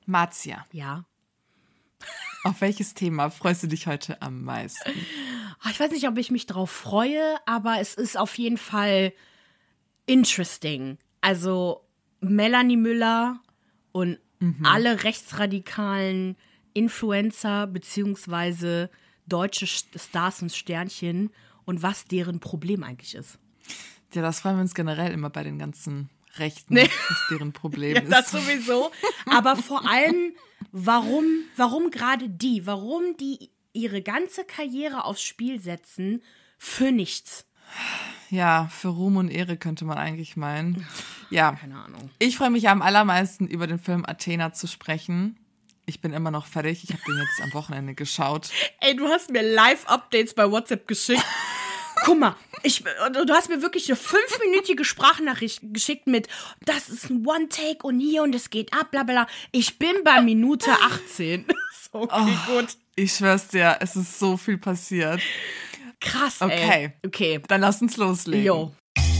Marzia, Ja. auf welches Thema freust du dich heute am meisten? Ich weiß nicht, ob ich mich drauf freue, aber es ist auf jeden Fall interesting. Also Melanie Müller und alle rechtsradikalen Influencer beziehungsweise deutsche Stars und Sternchen und was deren Problem eigentlich ist. Ja, das freuen wir uns generell immer bei den ganzen Rechten, was deren Problem ist. Das sowieso. Aber vor allem, warum gerade die? Warum die ihre ganze Karriere aufs Spiel setzen für nichts? Ja, für Ruhm und Ehre könnte man eigentlich meinen. Ja, Keine Ahnung. ich freue mich am allermeisten, über den Film Athena zu sprechen. Ich bin immer noch fertig. Ich habe den jetzt am Wochenende geschaut. Ey, du hast mir Live-Updates bei WhatsApp geschickt. Guck mal, du hast mir wirklich eine 5-minütige Sprachnachricht geschickt mit, das ist ein One-Take und hier und es geht ab, bla bla. Ich bin bei Minute 18. Okay, gut. Ich schwör's dir, es ist so viel passiert. Krass, Okay. ey. Okay. Dann lass uns loslegen. Jo.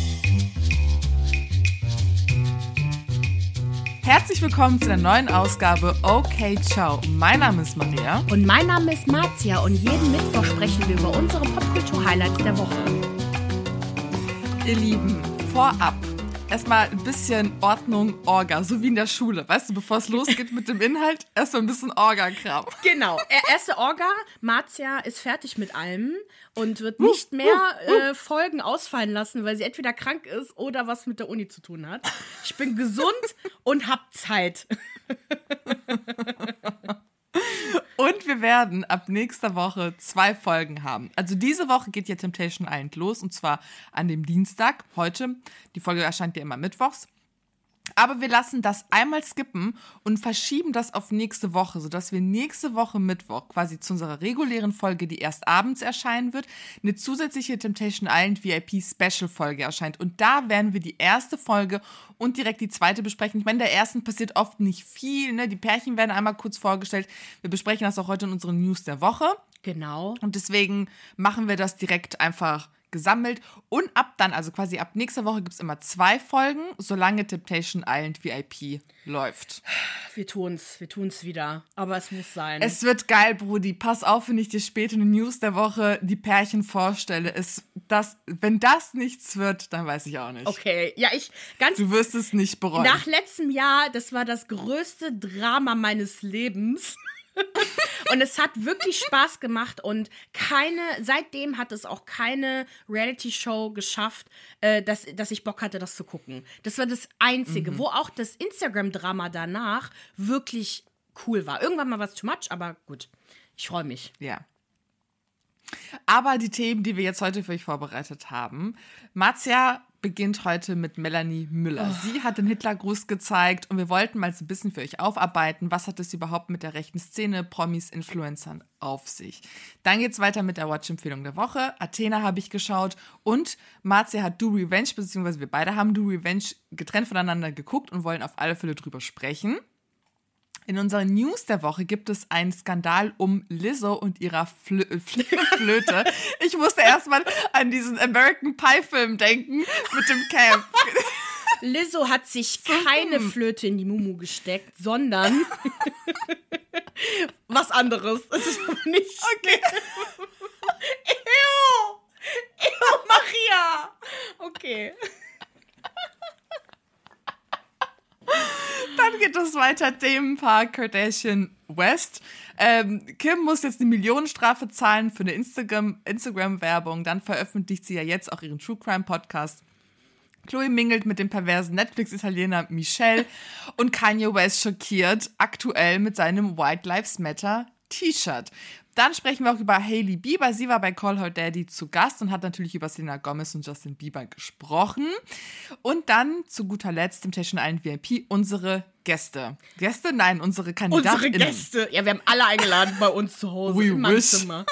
Herzlich willkommen zu der neuen Ausgabe Okay, ciao. Mein Name ist Maria. Und mein Name ist Marzia und jeden Mittwoch sprechen wir über unsere Popkultur-Highlights der Woche. Ihr Lieben, vorab erstmal ein bisschen Ordnung, Orga, so wie in der Schule. Weißt du, bevor es losgeht mit dem Inhalt, erstmal ein bisschen Orga-Kram. Genau. Erste Orga, Marzia ist fertig mit allem und wird nicht mehr Folgen ausfallen lassen, weil sie entweder krank ist oder was mit der Uni zu tun hat. Ich bin gesund und hab Zeit. Und wir werden ab nächster Woche 2 Folgen haben. Also diese Woche geht ja Temptation Island los und zwar an dem Dienstag, heute. Die Folge erscheint ja immer mittwochs. Aber wir lassen das einmal skippen und verschieben das auf nächste Woche, sodass wir nächste Woche Mittwoch quasi zu unserer regulären Folge, die erst abends erscheinen wird, eine zusätzliche Temptation Island VIP Special Folge erscheint. Und da werden wir die erste Folge und direkt die zweite besprechen. Ich meine, in der ersten passiert oft nicht viel, ne? Die Pärchen werden einmal kurz vorgestellt. Wir besprechen das auch heute in unseren News der Woche. Genau. Und deswegen machen wir das direkt einfach gesammelt. Und ab dann, also quasi ab nächster Woche gibt es immer 2 Folgen, solange Temptation Island VIP läuft. Wir tun's wieder. Aber es muss sein. Es wird geil, Brudi. Pass auf, wenn ich dir später in den News der Woche die Pärchen vorstelle. Wenn das nichts wird, dann weiß ich auch nicht. Okay, ja, Du wirst es nicht bereuen. Nach letztem Jahr, das war das größte Drama meines Lebens. Und es hat wirklich Spaß gemacht und seitdem hat es auch keine Reality-Show geschafft, dass ich Bock hatte, das zu gucken. Das war das Einzige, wo auch das Instagram-Drama danach wirklich cool war. Irgendwann mal war es too much, aber gut, ich freue mich. Ja. Aber die Themen, die wir jetzt heute für euch vorbereitet haben, Marzia beginnt heute mit Melanie Müller. Sie hat den Hitlergruß gezeigt und wir wollten mal so ein bisschen für euch aufarbeiten, was hat es überhaupt mit der rechten Szene, Promis, Influencern auf sich. Dann geht's weiter mit der Watch-Empfehlung der Woche. Athena habe ich geschaut und Marzia hat Do Revenge, beziehungsweise wir beide haben Do Revenge getrennt voneinander geguckt und wollen auf alle Fälle drüber sprechen. In unseren News der Woche gibt es einen Skandal um Lizzo und ihrer Flöte. Ich musste erstmal an diesen American Pie-Film denken mit dem Camp. Lizzo hat sich keine Flöte in die Mumu gesteckt, sondern was anderes. Es ist aber nicht. Okay. Ew, Maria. Okay. Dann geht es weiter, Themenpark Kardashian West. Kim muss jetzt eine Millionenstrafe zahlen für eine Instagram-Werbung. Dann veröffentlicht sie ja jetzt auch ihren True Crime Podcast. Chloe mingelt mit dem perversen Netflix-Italiener Michelle und Kanye West schockiert aktuell mit seinem White Lives Matter T-Shirt. Dann sprechen wir auch über Hailey Bieber. Sie war bei Call Her Daddy zu Gast und hat natürlich über Selena Gomez und Justin Bieber gesprochen. Und dann zu guter Letzt Temptation Island VIP unsere Gäste. Gäste? Nein, unsere KandidatInnen. Unsere Gäste. Ja, wir haben alle eingeladen bei uns zu Hause. We in meinem wish. Zimmer.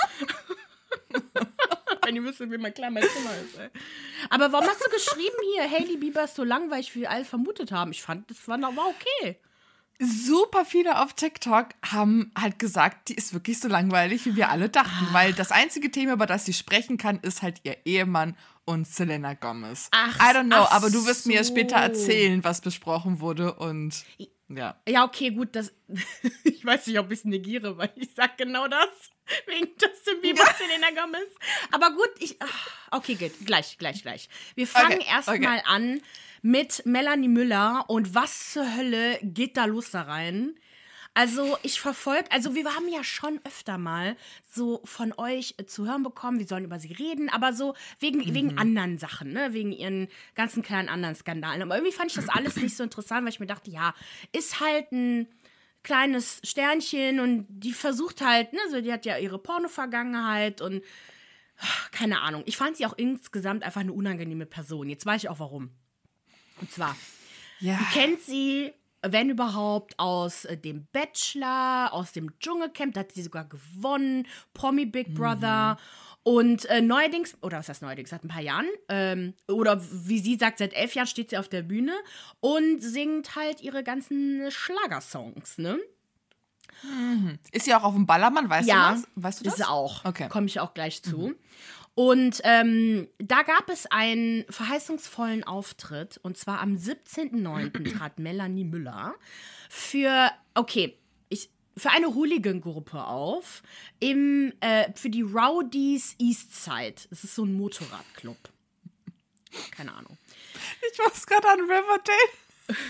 Wenn ihr wisst, wie mein kleiner Zimmer ist, ey. Aber warum hast du geschrieben hier, Hailey Bieber ist so langweilig, wie wir alle vermutet haben? Ich fand, das war okay. Super viele auf TikTok haben halt gesagt, die ist wirklich so langweilig, wie wir alle dachten. Weil das einzige Thema, über das sie sprechen kann, ist halt ihr Ehemann und Selena Gomez. I don't know, aber du wirst mir später erzählen, was besprochen wurde und Ja. Ja, okay, gut, das. Ich weiß nicht, ob ich es negiere, weil ich sag genau das. Wegen Justin Bieber Selena Gomez. Aber gut, okay, gut, gleich. Wir fangen erstmal an mit Melanie Müller und was zur Hölle geht da los da rein? Also wir haben ja schon öfter mal so von euch zu hören bekommen, wir sollen über sie reden, aber so wegen anderen Sachen, ne? Wegen ihren ganzen kleinen anderen Skandalen. Aber irgendwie fand ich das alles nicht so interessant, weil ich mir dachte, ja, ist halt ein kleines Sternchen und die versucht halt, ne, so die hat ja ihre Porno-Vergangenheit und keine Ahnung. Ich fand sie auch insgesamt einfach eine unangenehme Person. Jetzt weiß ich auch warum. Und zwar, ihr kennt sie, wenn überhaupt, aus dem Bachelor, aus dem Dschungelcamp, da hat sie sogar gewonnen, Promi Big Brother und neuerdings, oder was heißt neuerdings, seit ein paar Jahren, oder wie sie sagt, seit 11 Jahren steht sie auf der Bühne und singt halt ihre ganzen Schlagersongs, ne? Ist sie auch auf dem Ballermann, weißt du das? Weißt du das? Ist sie auch, okay. Komme ich auch gleich zu. Und da gab es einen verheißungsvollen Auftritt. Und zwar am 17.09. trat Melanie Müller für eine Hooligan-Gruppe auf. Für die Rowdies Eastside. Das ist so ein Motorradclub. Keine Ahnung. Ich muss gerade an Riverdale.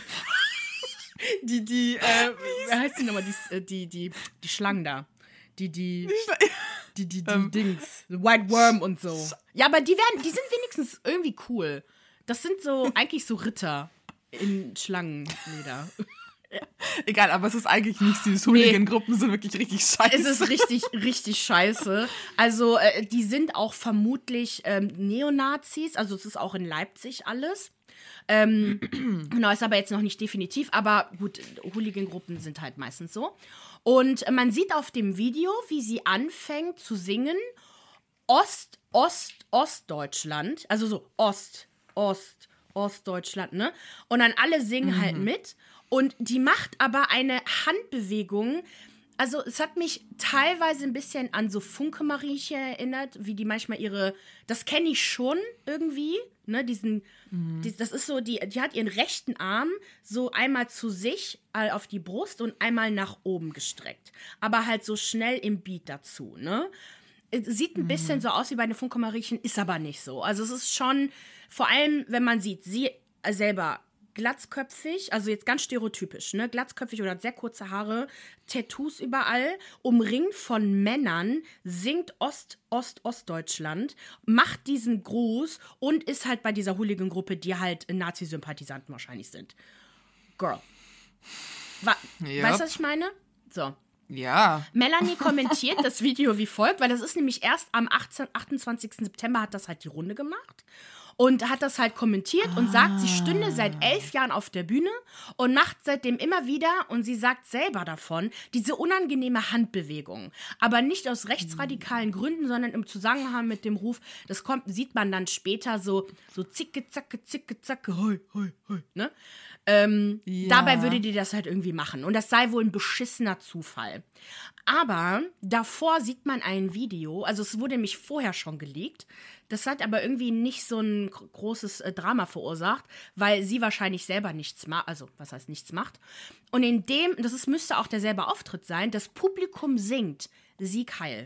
Wie heißt die nochmal? Die Schlangen da. Die Dings. The White Worm und so. Ja, aber die sind wenigstens irgendwie cool. Das sind so eigentlich so Ritter in Schlangenleder. Egal, aber es ist eigentlich nicht süß. Hooligan-Gruppen sind wirklich richtig scheiße. Es ist richtig, richtig scheiße. Also, die sind auch vermutlich Neonazis. Also, es ist auch in Leipzig alles. Genau, ist aber jetzt noch nicht definitiv. Aber gut, Hooligan-Gruppen sind halt meistens so. Und man sieht auf dem Video, wie sie anfängt zu singen Ostdeutschland. Also so Ostdeutschland, ne? Und dann alle singen halt mit. Und die macht aber eine Handbewegung. Also es hat mich teilweise ein bisschen an so Funke-Mariechen erinnert, wie die manchmal das kenne ich schon irgendwie, ne, das ist so, die hat ihren rechten Arm so einmal zu sich auf die Brust und einmal nach oben gestreckt. Aber halt so schnell im Beat dazu, ne. Sieht ein bisschen so aus wie bei den Funke-Mariechen, ist aber nicht so. Also es ist schon, vor allem, wenn man sieht, sie selber glatzköpfig, also jetzt ganz stereotypisch, ne? Glatzköpfig oder hat sehr kurze Haare, Tattoos überall, umringt von Männern, singt Ostdeutschland, macht diesen Gruß und ist halt bei dieser Hooligan-Gruppe, die halt Nazi-Sympathisanten wahrscheinlich sind. Girl. Weißt du, was ich meine? So. Ja. Melanie kommentiert das Video wie folgt, weil das ist nämlich erst am 28. September hat das halt die Runde gemacht. Und hat das halt kommentiert und sagt, sie stünde seit 11 Jahren auf der Bühne und macht seitdem immer wieder, und sie sagt selber davon, diese unangenehme Handbewegung. Aber nicht aus rechtsradikalen Gründen, sondern im Zusammenhang mit dem Ruf, sieht man dann später so zicke, zacke, hoi, hoi, hoi, ne? Dabei würde die das halt irgendwie machen. Und das sei wohl ein beschissener Zufall. Aber davor sieht man ein Video, also es wurde nämlich vorher schon geleakt. Das hat aber irgendwie nicht so ein großes Drama verursacht, weil sie wahrscheinlich selber nichts macht. Also, was heißt nichts macht? Und müsste auch derselbe Auftritt sein, das Publikum singt Sieg heil.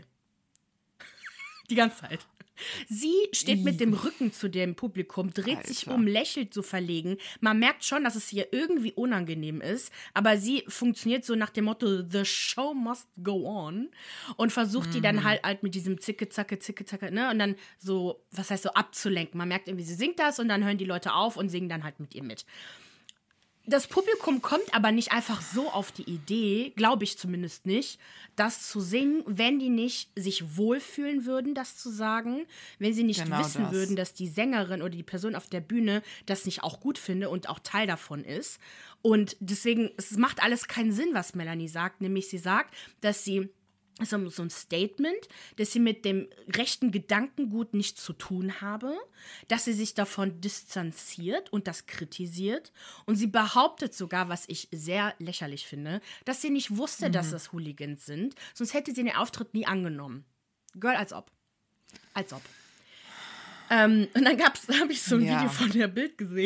Die ganze Zeit. Sie steht mit dem Rücken zu dem Publikum, dreht sich um, lächelt so verlegen. Man merkt schon, dass es ihr irgendwie unangenehm ist, aber sie funktioniert so nach dem Motto, the show must go on, und versucht die dann halt mit diesem Zicke, Zacke, ne, und dann so, was heißt so, abzulenken. Man merkt irgendwie, sie singt das und dann hören die Leute auf und singen dann halt mit ihr mit. Das Publikum kommt aber nicht einfach so auf die Idee, glaube ich zumindest nicht, das zu singen, wenn die nicht sich wohlfühlen würden, das zu sagen, wenn sie nicht wissen würden, dass die Sängerin oder die Person auf der Bühne das nicht auch gut finde und auch Teil davon ist. Und deswegen, es macht alles keinen Sinn, was Melanie sagt, nämlich sie sagt, dass sie so ein Statement, dass sie mit dem rechten Gedankengut nichts zu tun habe, dass sie sich davon distanziert und das kritisiert. Und sie behauptet sogar, was ich sehr lächerlich finde, dass sie nicht wusste, dass das Hooligans sind, sonst hätte sie den Auftritt nie angenommen. Girl, als ob. Und dann habe ich so ein Video von der Bild gesehen.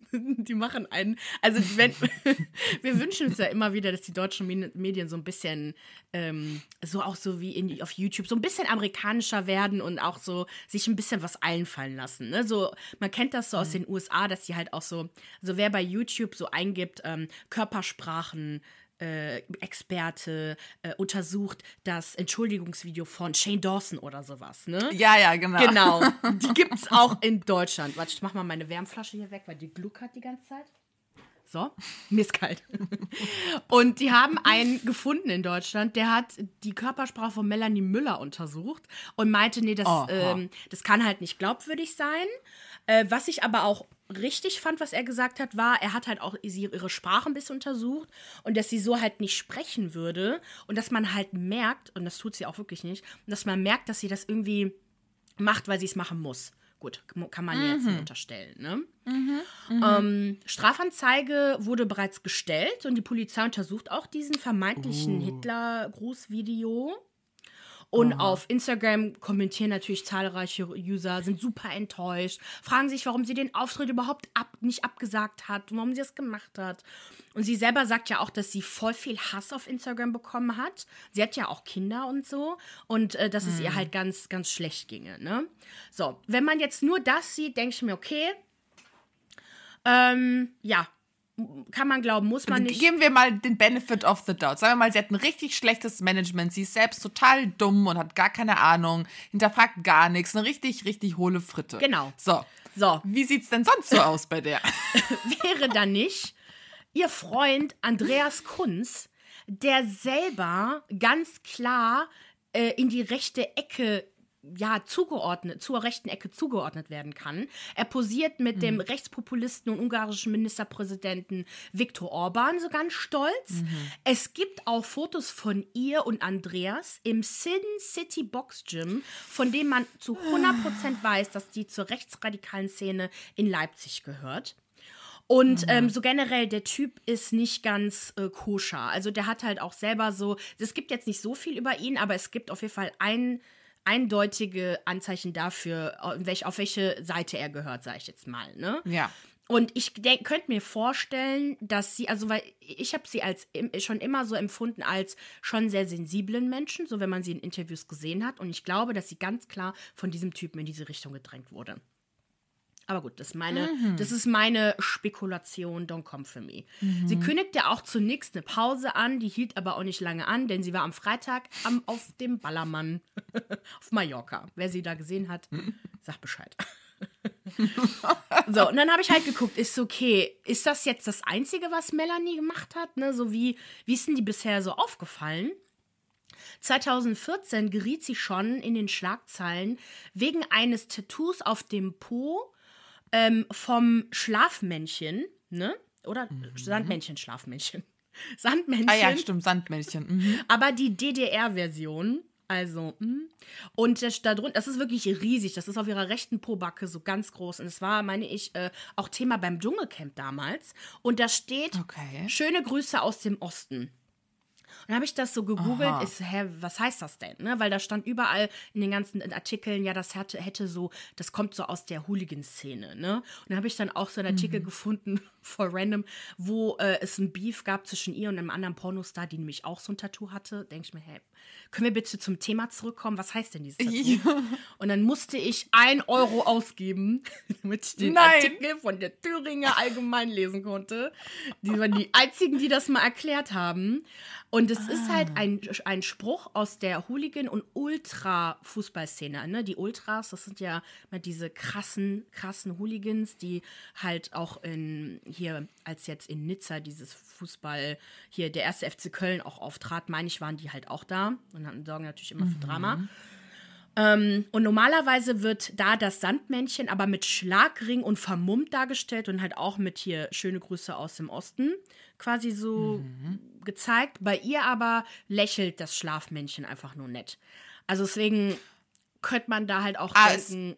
Die machen einen, also wir wünschen uns ja immer wieder, dass die deutschen Medien so ein bisschen, so auch so wie auf YouTube, so ein bisschen amerikanischer werden und auch so sich ein bisschen was einfallen lassen. Ne? So, man kennt das so aus den USA, dass die halt auch so, also wer bei YouTube so eingibt, Körpersprachen, Experte untersucht das Entschuldigungsvideo von Shane Dawson oder sowas, ne? Ja, genau. Genau, die gibt's auch in Deutschland. Warte, ich mach mal meine Wärmflasche hier weg, weil die gluckert die ganze Zeit. So, mir ist kalt. Und die haben einen gefunden in Deutschland, der hat die Körpersprache von Melanie Müller untersucht und meinte, nee, das kann halt nicht glaubwürdig sein. Was ich aber auch richtig fand, was er gesagt hat, war, er hat halt auch ihre Sprache ein bisschen untersucht und dass sie so halt nicht sprechen würde und dass man halt merkt, und das tut sie auch wirklich nicht, und dass man merkt, dass sie das irgendwie macht, weil sie es machen muss. Gut, kann man jetzt unterstellen, ne? Strafanzeige wurde bereits gestellt und die Polizei untersucht auch diesen vermeintlichen Hitler-Grußvideo. Und auf Instagram kommentieren natürlich zahlreiche User, sind super enttäuscht, fragen sich, warum sie den Auftritt überhaupt nicht abgesagt hat, warum sie das gemacht hat. Und sie selber sagt ja auch, dass sie voll viel Hass auf Instagram bekommen hat. Sie hat ja auch Kinder und so. Und dass es ihr halt ganz, ganz schlecht ginge. Ne? So, wenn man jetzt nur das sieht, denke ich mir, okay, ja, kann man glauben, muss man nicht. Geben wir mal den Benefit of the doubt. Sagen wir mal, sie hat ein richtig schlechtes Management. Sie ist selbst total dumm und hat gar keine Ahnung, hinterfragt gar nichts. Eine richtig, richtig hohle Fritte. Genau. So. Wie sieht's denn sonst so aus bei der? Wäre da nicht ihr Freund Andreas Kunz, der selber ganz klar in die rechte Ecke zur rechten Ecke zugeordnet werden kann. Er posiert mit dem Rechtspopulisten und ungarischen Ministerpräsidenten Viktor Orban so ganz stolz. Es gibt auch Fotos von ihr und Andreas im Sin City Box Gym, von dem man zu 100% weiß, dass die zur rechtsradikalen Szene in Leipzig gehört. Und so generell, der Typ ist nicht ganz koscher. Also der hat halt auch selber so, es gibt jetzt nicht so viel über ihn, aber es gibt auf jeden Fall eindeutige Anzeichen dafür, auf welche Seite er gehört, sage ich jetzt mal. Ne? Ja. Und ich könnte mir vorstellen, dass sie, also weil ich habe sie schon immer so empfunden als schon sehr sensiblen Menschen, so wenn man sie in Interviews gesehen hat. Und ich glaube, dass sie ganz klar von diesem Typen in diese Richtung gedrängt wurde. Aber gut, das ist meine Spekulation, don't come for me. Sie kündigte auch zunächst eine Pause an, die hielt aber auch nicht lange an, denn sie war am Freitag auf dem Ballermann auf Mallorca. Wer sie da gesehen hat, sagt Bescheid. So, und dann habe ich halt geguckt, ist okay, ist das jetzt das Einzige, was Melanie gemacht hat? Ne? So wie ist denn die bisher so aufgefallen? 2014 geriet sie schon in den Schlagzeilen wegen eines Tattoos auf dem Po vom Schlafmännchen, ne? Oder Sandmännchen, Schlafmännchen. Sandmännchen. Ah ja, stimmt, Sandmännchen. Aber die DDR-Version, also, und das ist wirklich riesig, das ist auf ihrer rechten Pobacke so ganz groß. Und es war, meine ich, auch Thema beim Dschungelcamp damals. Und da steht, schöne Grüße aus dem Osten. Und dann habe ich das so gegoogelt, was heißt das denn? Ne? Weil da stand überall in den ganzen Artikeln, ja, das das kommt so aus der Hooligan-Szene. Ne? Und dann habe ich dann auch so einen Artikel gefunden, voll random, wo es ein Beef gab zwischen ihr und einem anderen Pornostar, die nämlich auch so ein Tattoo hatte. Denke ich mir, hey, können wir bitte zum Thema zurückkommen? Was heißt denn dieses Tattoo? Ja. Und dann musste ich 1 Euro ausgeben, damit ich den Artikel von der Thüringer Allgemein lesen konnte. Die waren die einzigen, die das mal erklärt haben. Und es ist halt ein Spruch aus der Hooligan- und Ultra-Fußballszene. Ne? Die Ultras, das sind ja diese krassen Hooligans, die halt auch als jetzt in Nizza dieses Fußball, hier der 1. FC Köln auch auftrat, meine ich, waren die halt auch da und sorgen natürlich immer für Drama. Und normalerweise wird da das Sandmännchen aber mit Schlagring und vermummt dargestellt und halt auch mit hier schöne Grüße aus dem Osten quasi so gezeigt. Bei ihr aber lächelt das Schlafmännchen einfach nur nett. Also deswegen könnte man da halt auch denken...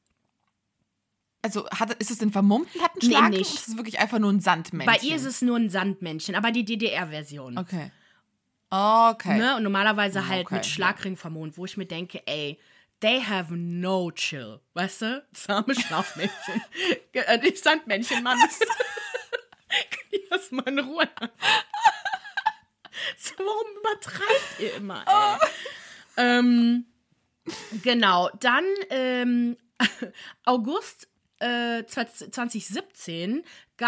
Also ist es denn vermummt und hat einen Schlag? Nee, nicht. Oder ist es wirklich einfach nur ein Sandmännchen? Bei ihr ist es nur ein Sandmännchen, aber die DDR-Version. Okay. Ne? Und normalerweise halt mit Schlagring vermummt, wo ich mir denke, ey, they have no chill. Weißt du? Das arme Schlafmännchen. Die Sandmännchen, Mann. Lass mal in Ruhe. So, warum übertreibt ihr immer, ey? Genau, dann August 2017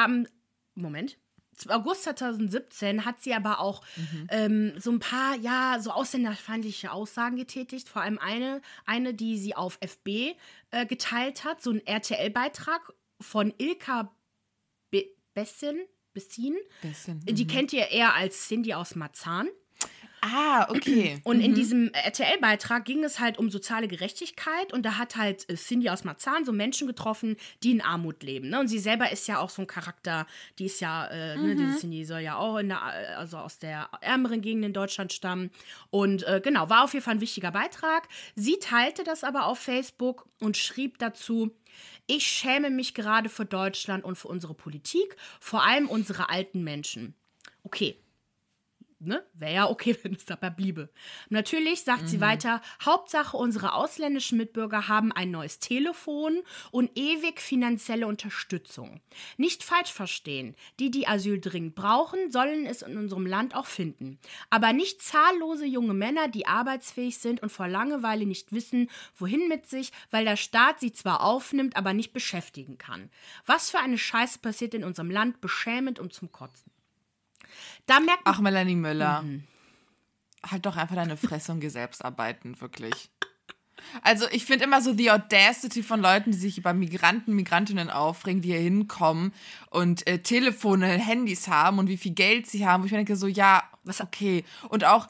August 2017 hat sie aber auch so ein paar, so ausländerfeindliche Aussagen getätigt. Vor allem eine, die sie auf FB geteilt hat. So ein RTL-Beitrag von Ilka Bessin. Die kennt ihr eher als Cindy aus Marzahn. Ah, okay. Und in diesem RTL-Beitrag ging es halt um soziale Gerechtigkeit und da hat halt Cindy aus Marzahn so Menschen getroffen, die in Armut leben. Ne? Und sie selber ist ja auch so ein Charakter, die ist ja, diese Cindy soll ja auch also aus der ärmeren Gegend in Deutschland stammen. Und genau, war auf jeden Fall ein wichtiger Beitrag. Sie teilte das aber auf Facebook und schrieb dazu: Ich schäme mich gerade für Deutschland und für unsere Politik, vor allem unsere alten Menschen. Okay. Ne? Wäre ja okay, wenn es dabei bliebe. Natürlich sagt sie weiter, Hauptsache unsere ausländischen Mitbürger haben ein neues Telefon und ewig finanzielle Unterstützung. Nicht falsch verstehen, die Asyl dringend brauchen, sollen es in unserem Land auch finden. Aber nicht zahllose junge Männer, die arbeitsfähig sind und vor Langeweile nicht wissen, wohin mit sich, weil der Staat sie zwar aufnimmt, aber nicht beschäftigen kann. Was für eine Scheiße passiert in unserem Land, beschämend und zum Kotzen. Da merkt man, ach, Melanie Müller, halt doch einfach deine Fresse und geh selbst arbeiten, wirklich. Also ich finde immer so die Audacity von Leuten, die sich über Migrantinnen aufregen, die hier hinkommen und Telefone, Handys haben und wie viel Geld sie haben, wo ich mir denke so, ja, was okay. Und auch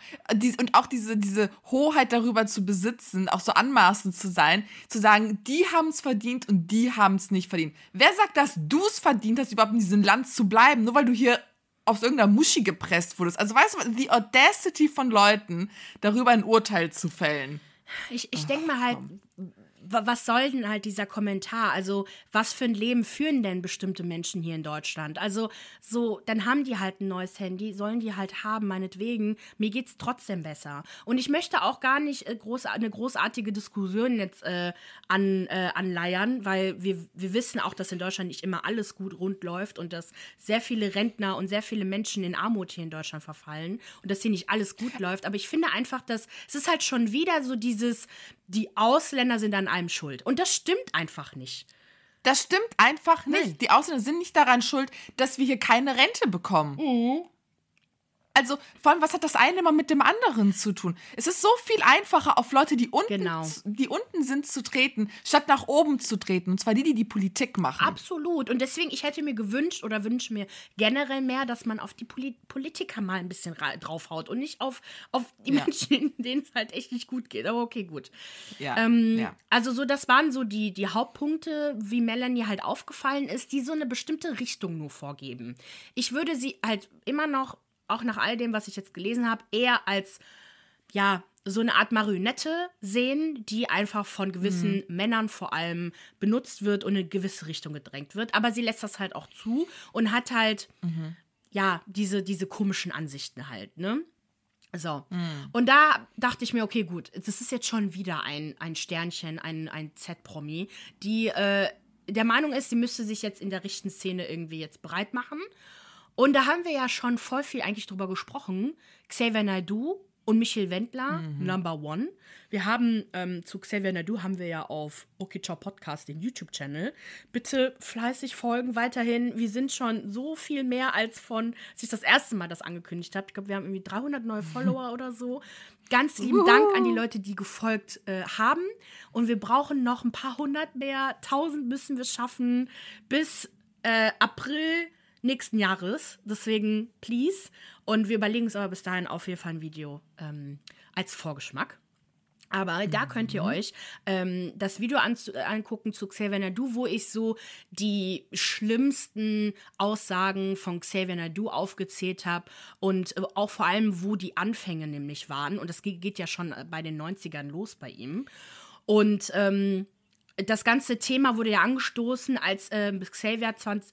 diese Hoheit darüber zu besitzen, auch so anmaßend zu sein, zu sagen, die haben es verdient und die haben es nicht verdient. Wer sagt, dass du es verdient hast, überhaupt in diesem Land zu bleiben, nur weil du hier aus irgendeiner Muschi gepresst wurdest? Also weißt du, die Audacity von Leuten, darüber ein Urteil zu fällen. Ich denke mal halt, was soll denn halt dieser Kommentar? Also, was für ein Leben führen denn bestimmte Menschen hier in Deutschland? Also, so, dann haben die halt ein neues Handy, sollen die halt haben, meinetwegen. Mir geht's trotzdem besser. Und ich möchte auch gar nicht eine großartige Diskussion jetzt anleiern, weil wir wissen auch, dass in Deutschland nicht immer alles gut rund läuft und dass sehr viele Rentner und sehr viele Menschen in Armut hier in Deutschland verfallen und dass hier nicht alles gut läuft. Aber ich finde einfach, dass es ist halt schon wieder so die Ausländer sind an allem schuld. Und das stimmt einfach nicht. Das stimmt einfach nicht. Nein. Die Ausländer sind nicht daran schuld, dass wir hier keine Rente bekommen. Also, vor allem, was hat das eine immer mit dem anderen zu tun? Es ist so viel einfacher, auf Leute, die unten sind, zu treten, statt nach oben zu treten. Und zwar die Politik machen. Absolut. Und deswegen, ich hätte mir gewünscht oder wünsche mir generell mehr, dass man auf die Politiker mal ein bisschen draufhaut und nicht auf die Menschen, denen es halt echt nicht gut geht. Aber okay, gut. Ja. Also so, das waren so die Hauptpunkte, wie Melanie halt aufgefallen ist, die so eine bestimmte Richtung nur vorgeben. Ich würde sie halt immer noch, auch nach all dem, was ich jetzt gelesen habe, eher als, so eine Art Marionette sehen, die einfach von gewissen Männern vor allem benutzt wird und in eine gewisse Richtung gedrängt wird. Aber sie lässt das halt auch zu und hat halt, diese komischen Ansichten halt, ne? So. Und da dachte ich mir, okay, gut, das ist jetzt schon wieder ein Sternchen, ein Z-Promi, die der Meinung ist, sie müsste sich jetzt in der rechten Szene irgendwie jetzt bereit machen. Und da haben wir ja schon voll viel eigentlich drüber gesprochen. Xavier Naidoo und Michael Wendler, Number One. Wir haben zu Xavier Naidoo haben wir ja auf Okay Ciao Podcast, den YouTube-Channel. Bitte fleißig folgen weiterhin. Wir sind schon so viel mehr als als ich das erste Mal das angekündigt habe. Ich glaube, wir haben irgendwie 300 neue Follower oder so. Ganz lieben Dank an die Leute, die gefolgt haben. Und wir brauchen noch ein paar hundert mehr. 1000 müssen wir schaffen bis April nächsten Jahres, deswegen please. Und wir überlegen uns aber bis dahin auf jeden Fall ein Video als Vorgeschmack. Aber da könnt ihr euch das Video angucken zu Xavier Naidoo, wo ich so die schlimmsten Aussagen von Xavier Naidoo aufgezählt habe und auch vor allem, wo die Anfänge nämlich waren. Und das geht ja schon bei den 90ern los bei ihm. Und das ganze Thema wurde ja angestoßen, als Xavier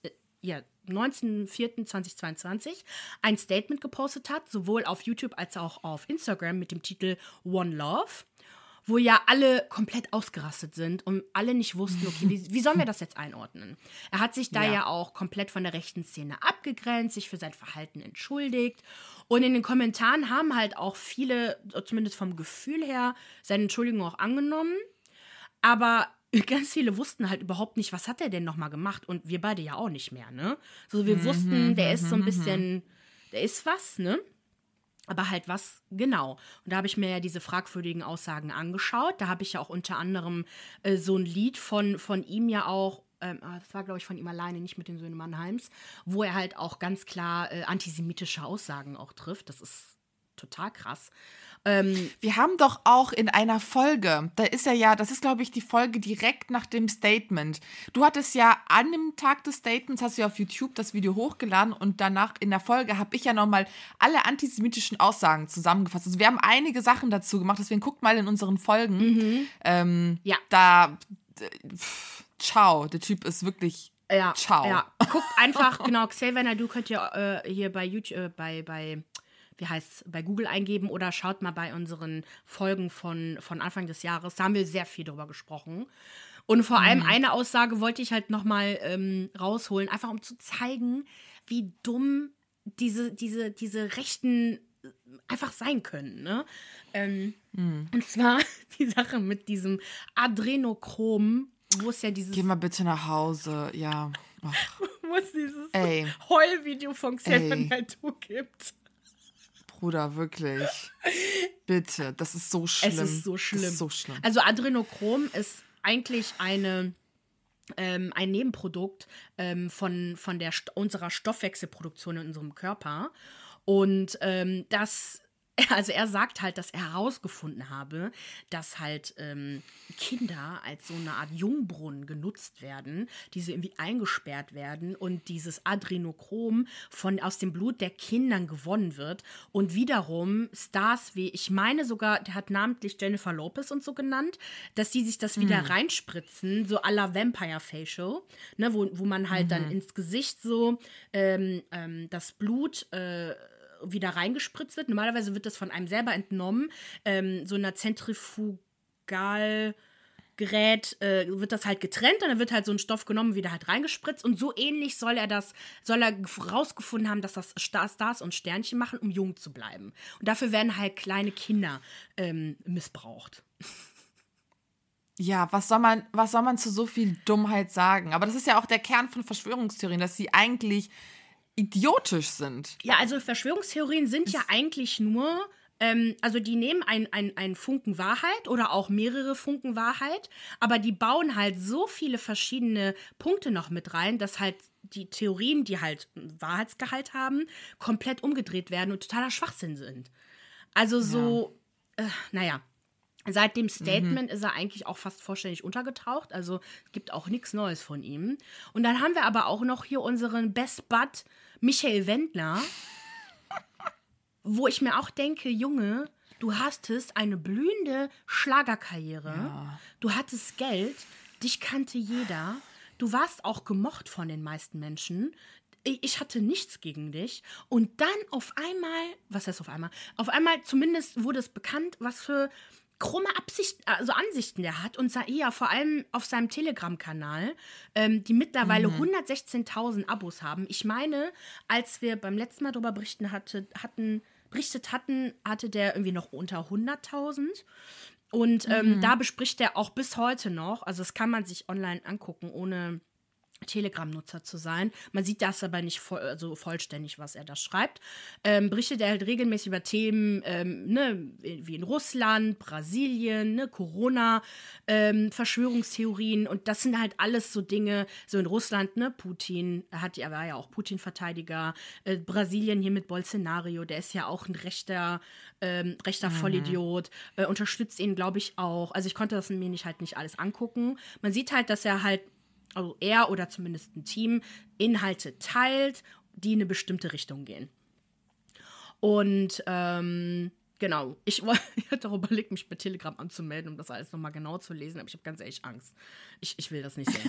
19.04.2022 ein Statement gepostet hat, sowohl auf YouTube als auch auf Instagram mit dem Titel One Love, wo ja alle komplett ausgerastet sind und alle nicht wussten, okay, wie sollen wir das jetzt einordnen? Er hat sich da ja auch komplett von der rechten Szene abgegrenzt, sich für sein Verhalten entschuldigt. Und in den Kommentaren haben halt auch viele, zumindest vom Gefühl her, seine Entschuldigung auch angenommen. Aber ganz viele wussten halt überhaupt nicht, was hat er denn nochmal gemacht? Und wir beide ja auch nicht mehr, ne? So, wir wussten, der ist so ein bisschen, der ist was, ne? Aber halt was genau. Und da habe ich mir ja diese fragwürdigen Aussagen angeschaut. Da habe ich ja auch unter anderem so ein Lied von ihm ja auch, das war, glaube ich, von ihm alleine, nicht mit den Söhnen Mannheims, wo er halt auch ganz klar antisemitische Aussagen auch trifft. Das ist total krass. Wir haben doch auch in einer Folge, da ist er ja, das ist, glaube ich, die Folge direkt nach dem Statement. Du hattest ja an dem Tag des Statements, hast du ja auf YouTube das Video hochgeladen und danach in der Folge habe ich ja nochmal alle antisemitischen Aussagen zusammengefasst. Also wir haben einige Sachen dazu gemacht, deswegen guckt mal in unseren Folgen. Ciao, der Typ ist wirklich ciao. Ja, guckt einfach, genau, Xavier Naidoo könnt ihr hier bei YouTube, bei Google eingeben oder schaut mal bei unseren Folgen von Anfang des Jahres. Da haben wir sehr viel drüber gesprochen. Und vor allem eine Aussage wollte ich halt nochmal rausholen, einfach um zu zeigen, wie dumm diese Rechten einfach sein können. Ne? Und zwar die Sache mit diesem Adrenochrom, wo es ja dieses... Geh mal bitte nach Hause, ja. Wo es dieses Heulvideo von Xavier Naidoo gibt. Bruder, wirklich. Bitte, das ist so schlimm. Es ist so schlimm. Das ist so schlimm. Also Adrenochrom ist eigentlich ein Nebenprodukt von unserer Stoffwechselproduktion in unserem Körper. Und also er sagt halt, dass er herausgefunden habe, dass halt Kinder als so eine Art Jungbrunnen genutzt werden, diese irgendwie eingesperrt werden und dieses Adrenochrom aus dem Blut der Kindern gewonnen wird und wiederum Stars wie, ich meine sogar, der hat namentlich Jennifer Lopez und so genannt, dass die sich das wieder reinspritzen, so à la Vampire Facial, ne, wo man halt dann ins Gesicht so das Blut wieder reingespritzt wird. Normalerweise wird das von einem selber entnommen. So einer Zentrifugalgerät wird das halt getrennt und dann wird halt so ein Stoff genommen, wieder halt reingespritzt und so ähnlich soll er rausgefunden haben, dass das Stars und Sternchen machen, um jung zu bleiben. Und dafür werden halt kleine Kinder missbraucht. Ja, was soll man zu so viel Dummheit sagen? Aber das ist ja auch der Kern von Verschwörungstheorien, dass sie eigentlich idiotisch sind. Ja, also Verschwörungstheorien sind ja eigentlich nur, also die nehmen einen Funken Wahrheit oder auch mehrere Funken Wahrheit, aber die bauen halt so viele verschiedene Punkte noch mit rein, dass halt die Theorien, die halt Wahrheitsgehalt haben, komplett umgedreht werden und totaler Schwachsinn sind. Also so, naja. Seit dem Statement ist er eigentlich auch fast vollständig untergetaucht. Also es gibt auch nichts Neues von ihm. Und dann haben wir aber auch noch hier unseren Best Bud Michael Wendler, wo ich mir auch denke, Junge, du hattest eine blühende Schlagerkarriere. Ja. Du hattest Geld, dich kannte jeder. Du warst auch gemocht von den meisten Menschen. Ich hatte nichts gegen dich. Und dann auf einmal, was heißt auf einmal? Auf einmal zumindest wurde es bekannt, was für krumme Ansichten der hat und ja, vor allem auf seinem Telegram-Kanal, die mittlerweile 116.000 Abos haben. Ich meine, als wir beim letzten Mal darüber berichtet hatten, hatte der irgendwie noch unter 100.000. Und da bespricht er auch bis heute noch, also das kann man sich online angucken, ohne Telegram-Nutzer zu sein. Man sieht das aber nicht vollständig, was er da schreibt. Berichtet er halt regelmäßig über Themen, wie in Russland, Brasilien, Corona, Verschwörungstheorien und das sind halt alles so Dinge, so in Russland, Putin, er war ja auch Putin-Verteidiger, Brasilien hier mit Bolsonaro, der ist ja auch ein rechter Vollidiot, unterstützt ihn, glaube ich, auch. Also ich konnte das mir nicht alles angucken. Man sieht halt, dass er halt also er oder zumindest ein Team, Inhalte teilt, die in eine bestimmte Richtung gehen. Und genau, Genau. Ich hatte auch überlegt, mich bei Telegram anzumelden, um das alles nochmal genau zu lesen, aber ich habe ganz ehrlich Angst. Ich will das nicht sehen.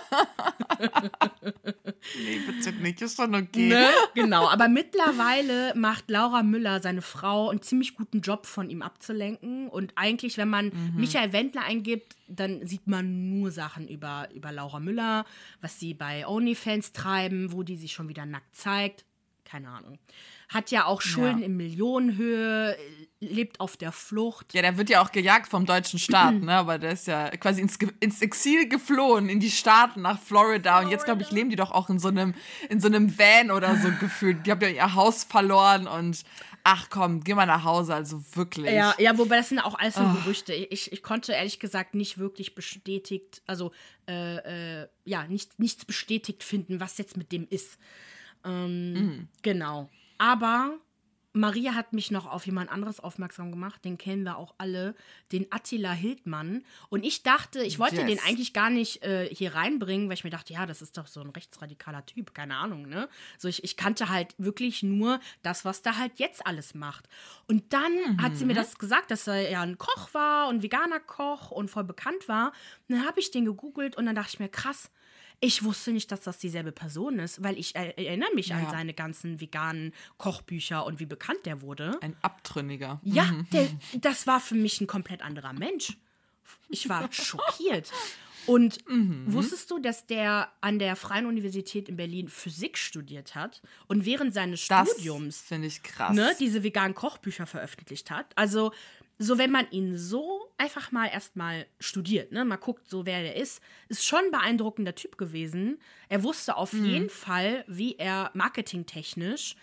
Nee, bitte nicht, ist schon okay. Ne? Genau, aber mittlerweile macht Laura Müller, seine Frau, einen ziemlich guten Job von ihm abzulenken. Und eigentlich, wenn man Michael Wendler eingibt, dann sieht man nur Sachen über Laura Müller, was sie bei OnlyFans treiben, wo die sich schon wieder nackt zeigt. Keine Ahnung. Hat ja auch Schulden in Millionenhöhe, lebt auf der Flucht. Ja, der wird ja auch gejagt vom deutschen Staat, ne? Aber der ist ja quasi ins Exil geflohen, in die Staaten, nach Florida. Und jetzt, glaube ich, leben die doch auch in so einem Van oder so gefühlt. Die haben ja ihr Haus verloren und ach komm, geh mal nach Hause, also wirklich. Ja, wobei das sind auch alles so Gerüchte. Ich konnte ehrlich gesagt nicht wirklich bestätigt, also nichts bestätigt finden, was jetzt mit dem ist. Genau. Aber Maria hat mich noch auf jemand anderes aufmerksam gemacht. Den kennen wir auch alle. Den Attila Hildmann. Und ich dachte, ich wollte den eigentlich gar nicht hier reinbringen, weil ich mir dachte, ja, das ist doch so ein rechtsradikaler Typ. Keine Ahnung, ne? So, ich kannte halt wirklich nur das, was der halt jetzt alles macht. Und dann hat sie mir das gesagt, dass er ja ein Koch war, ein veganer Koch und voll bekannt war. Und dann habe ich den gegoogelt und dann dachte ich mir, krass, ich wusste nicht, dass das dieselbe Person ist, weil ich erinnere mich an seine ganzen veganen Kochbücher und wie bekannt der wurde. Ein Abtrünniger. Ja, das war für mich ein komplett anderer Mensch. Ich war schockiert. Und wusstest du, dass der an der Freien Universität in Berlin Physik studiert hat und während seines Studiums, finde ich krass, diese veganen Kochbücher veröffentlicht hat? Also so, wenn man ihn so einfach mal erstmal studiert, ne, mal guckt, so wer der ist schon ein beeindruckender Typ gewesen. Er wusste auf jeden Fall, wie er marketingtechnisch,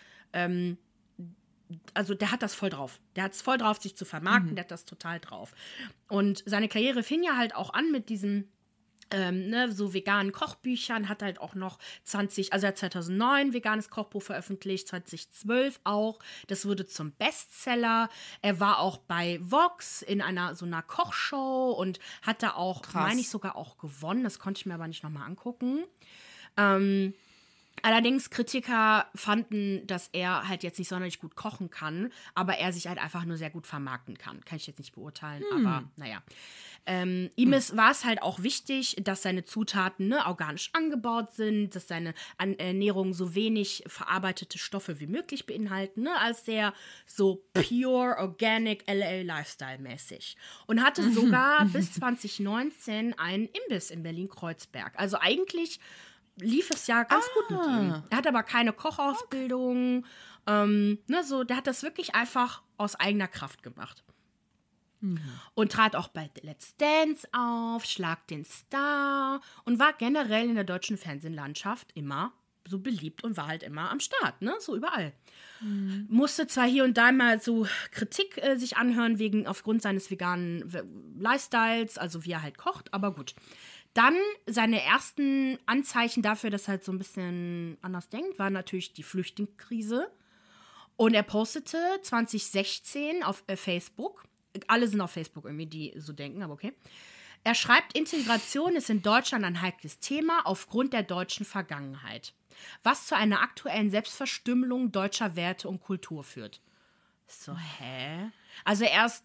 also der hat das voll drauf. Der hat es voll drauf, sich zu vermarkten, der hat das total drauf. Und seine Karriere fing ja halt auch an mit diesem so veganen Kochbüchern, hat halt auch noch er hat 2009 veganes Kochbuch veröffentlicht, 2012 auch. Das wurde zum Bestseller. Er war auch bei Vox in einer Kochshow und hat da auch, meine ich, sogar auch gewonnen. Das konnte ich mir aber nicht nochmal angucken. Allerdings Kritiker fanden, dass er halt jetzt nicht sonderlich gut kochen kann, aber er sich halt einfach nur sehr gut vermarkten kann. Kann ich jetzt nicht beurteilen, aber naja. Ihm war es halt auch wichtig, dass seine Zutaten organisch angebaut sind, dass seine Ernährung so wenig verarbeitete Stoffe wie möglich beinhalten, als sehr so pure, organic, LA Lifestyle-mäßig. Und hatte sogar bis 2019 einen Imbiss in Berlin-Kreuzberg. Also eigentlich lief es ja ganz gut mit ihm. Er hat aber keine Kochausbildung. Der hat das wirklich einfach aus eigener Kraft gemacht. Und trat auch bei Let's Dance auf, Schlag den Star und war generell in der deutschen Fernsehlandschaft immer so beliebt und war halt immer am Start, ne? So überall. Musste zwar hier und da mal so Kritik sich anhören, aufgrund seines veganen Lifestyles, also wie er halt kocht, aber gut. Dann seine ersten Anzeichen dafür, dass er halt so ein bisschen anders denkt, war natürlich die Flüchtlingskrise. Und er postete 2016 auf Facebook, alle sind auf Facebook irgendwie, die so denken, aber okay. Er schreibt, Integration ist in Deutschland ein heikles Thema aufgrund der deutschen Vergangenheit, was zu einer aktuellen Selbstverstümmelung deutscher Werte und Kultur führt. So, hä? Also er ist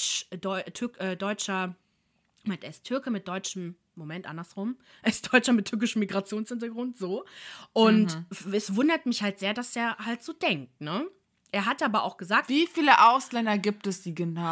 Deutscher, er ist Türke mit deutschem, andersrum. Er ist Deutscher mit türkischem Migrationshintergrund, so. Und es wundert mich halt sehr, dass er halt so denkt, ne? Er hat aber auch gesagt... Wie viele Ausländer gibt es, die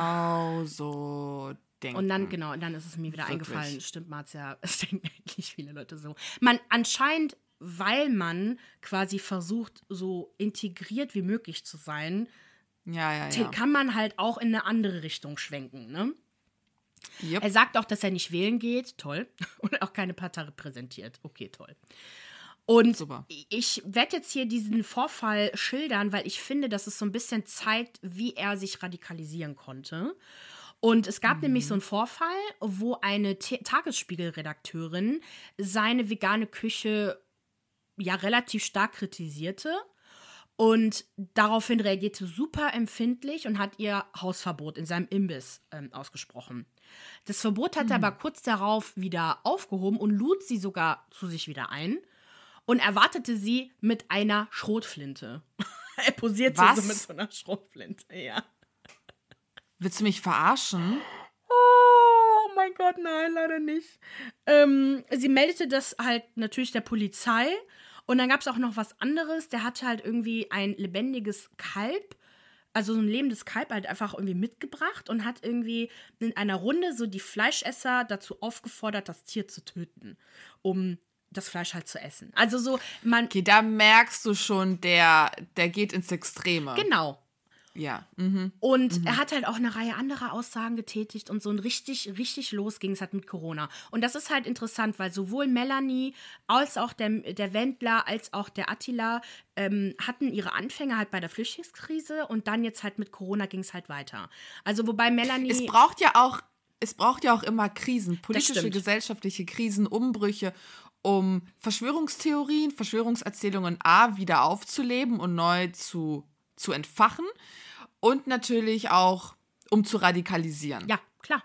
genauso denken? Und dann ist es mir wieder eingefallen. Stimmt, Marzia, es denken eigentlich viele Leute so. Anscheinend, weil man quasi versucht, so integriert wie möglich zu sein, kann man halt auch in eine andere Richtung schwenken, ne? Yep. Er sagt auch, dass er nicht wählen geht. Toll. Und auch keine Partei repräsentiert. Okay, toll. Und super. Ich werde jetzt hier diesen Vorfall schildern, weil ich finde, dass es so ein bisschen zeigt, wie er sich radikalisieren konnte. Und es gab nämlich so einen Vorfall, wo eine Tagesspiegel-Redakteurin seine vegane Küche ja relativ stark kritisierte. Und daraufhin reagierte super empfindlich und hat ihr Hausverbot in seinem Imbiss ausgesprochen. Das Verbot hat er aber kurz darauf wieder aufgehoben und lud sie sogar zu sich wieder ein und erwartete sie mit einer Schrotflinte. Er posierte so mit so einer Schrotflinte, ja. Willst du mich verarschen? Oh mein Gott, nein, leider nicht. Sie meldete das halt natürlich der Polizei. Und dann gab es auch noch was anderes. Der hatte halt irgendwie ein lebendiges Kalb, also so ein lebendes Kalb halt einfach irgendwie mitgebracht und hat irgendwie in einer Runde so die Fleischesser dazu aufgefordert, das Tier zu töten, um das Fleisch halt zu essen. Also so, man... Okay, da merkst du schon, der geht ins Extreme. Genau. Ja. Und er hat halt auch eine Reihe anderer Aussagen getätigt und so ein richtig los ging es halt mit Corona. Und das ist halt interessant, weil sowohl Melanie als auch der Wendler als auch der Attila hatten ihre Anfänge halt bei der Flüchtlingskrise und dann jetzt halt mit Corona ging es halt weiter. Also wobei Melanie... Es braucht ja auch immer Krisen, politische, gesellschaftliche Krisen, Umbrüche, um Verschwörungstheorien, Verschwörungserzählungen wieder aufzuleben und neu zu entfachen und natürlich auch, um zu radikalisieren. Ja, klar.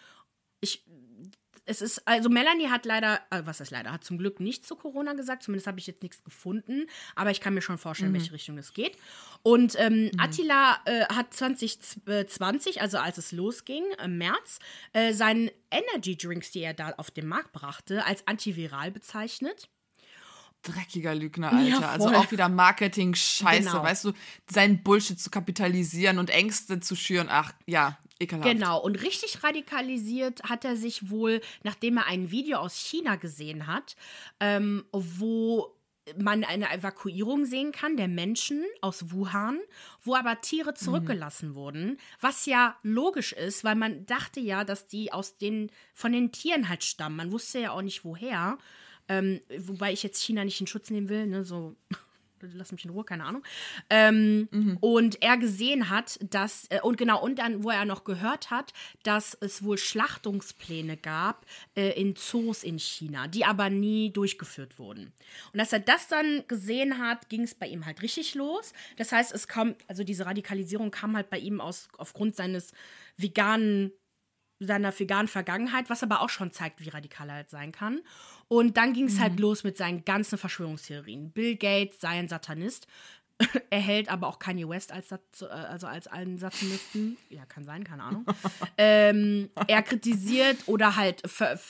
Also Melanie hat leider, hat zum Glück nichts zu Corona gesagt, zumindest habe ich jetzt nichts gefunden, aber ich kann mir schon vorstellen, in welche Richtung das geht. Und Attila hat 2020, also als es losging, im März, seinen Energy Drinks, die er da auf den Markt brachte, als antiviral bezeichnet. Dreckiger Lügner, Alter. Ja, also auch wieder Marketing-Scheiße, genau. Weißt du, seinen Bullshit zu kapitalisieren und Ängste zu schüren. Ach, ja, ekelhaft. Genau, und richtig radikalisiert hat er sich wohl, nachdem er ein Video aus China gesehen hat, wo man eine Evakuierung sehen kann der Menschen aus Wuhan, wo aber Tiere zurückgelassen wurden, was ja logisch ist, weil man dachte ja, dass die von den Tieren halt stammen. Man wusste ja auch nicht, woher. Wobei ich jetzt China nicht in Schutz nehmen will, ne, so, lass mich in Ruhe, keine Ahnung. Und er gesehen hat, und dann, wo er noch gehört hat, dass es wohl Schlachtungspläne gab in Zoos in China, die aber nie durchgeführt wurden. Und als er das dann gesehen hat, ging es bei ihm halt richtig los. Das heißt, diese Radikalisierung kam halt bei ihm aufgrund seiner veganen Vergangenheit, was aber auch schon zeigt, wie radikal er halt sein kann. Und dann ging es halt los mit seinen ganzen Verschwörungstheorien. Bill Gates sei ein Satanist. Er hält aber auch Kanye West als einen Satanisten. Ja, kann sein, keine Ahnung. Er kritisiert oder halt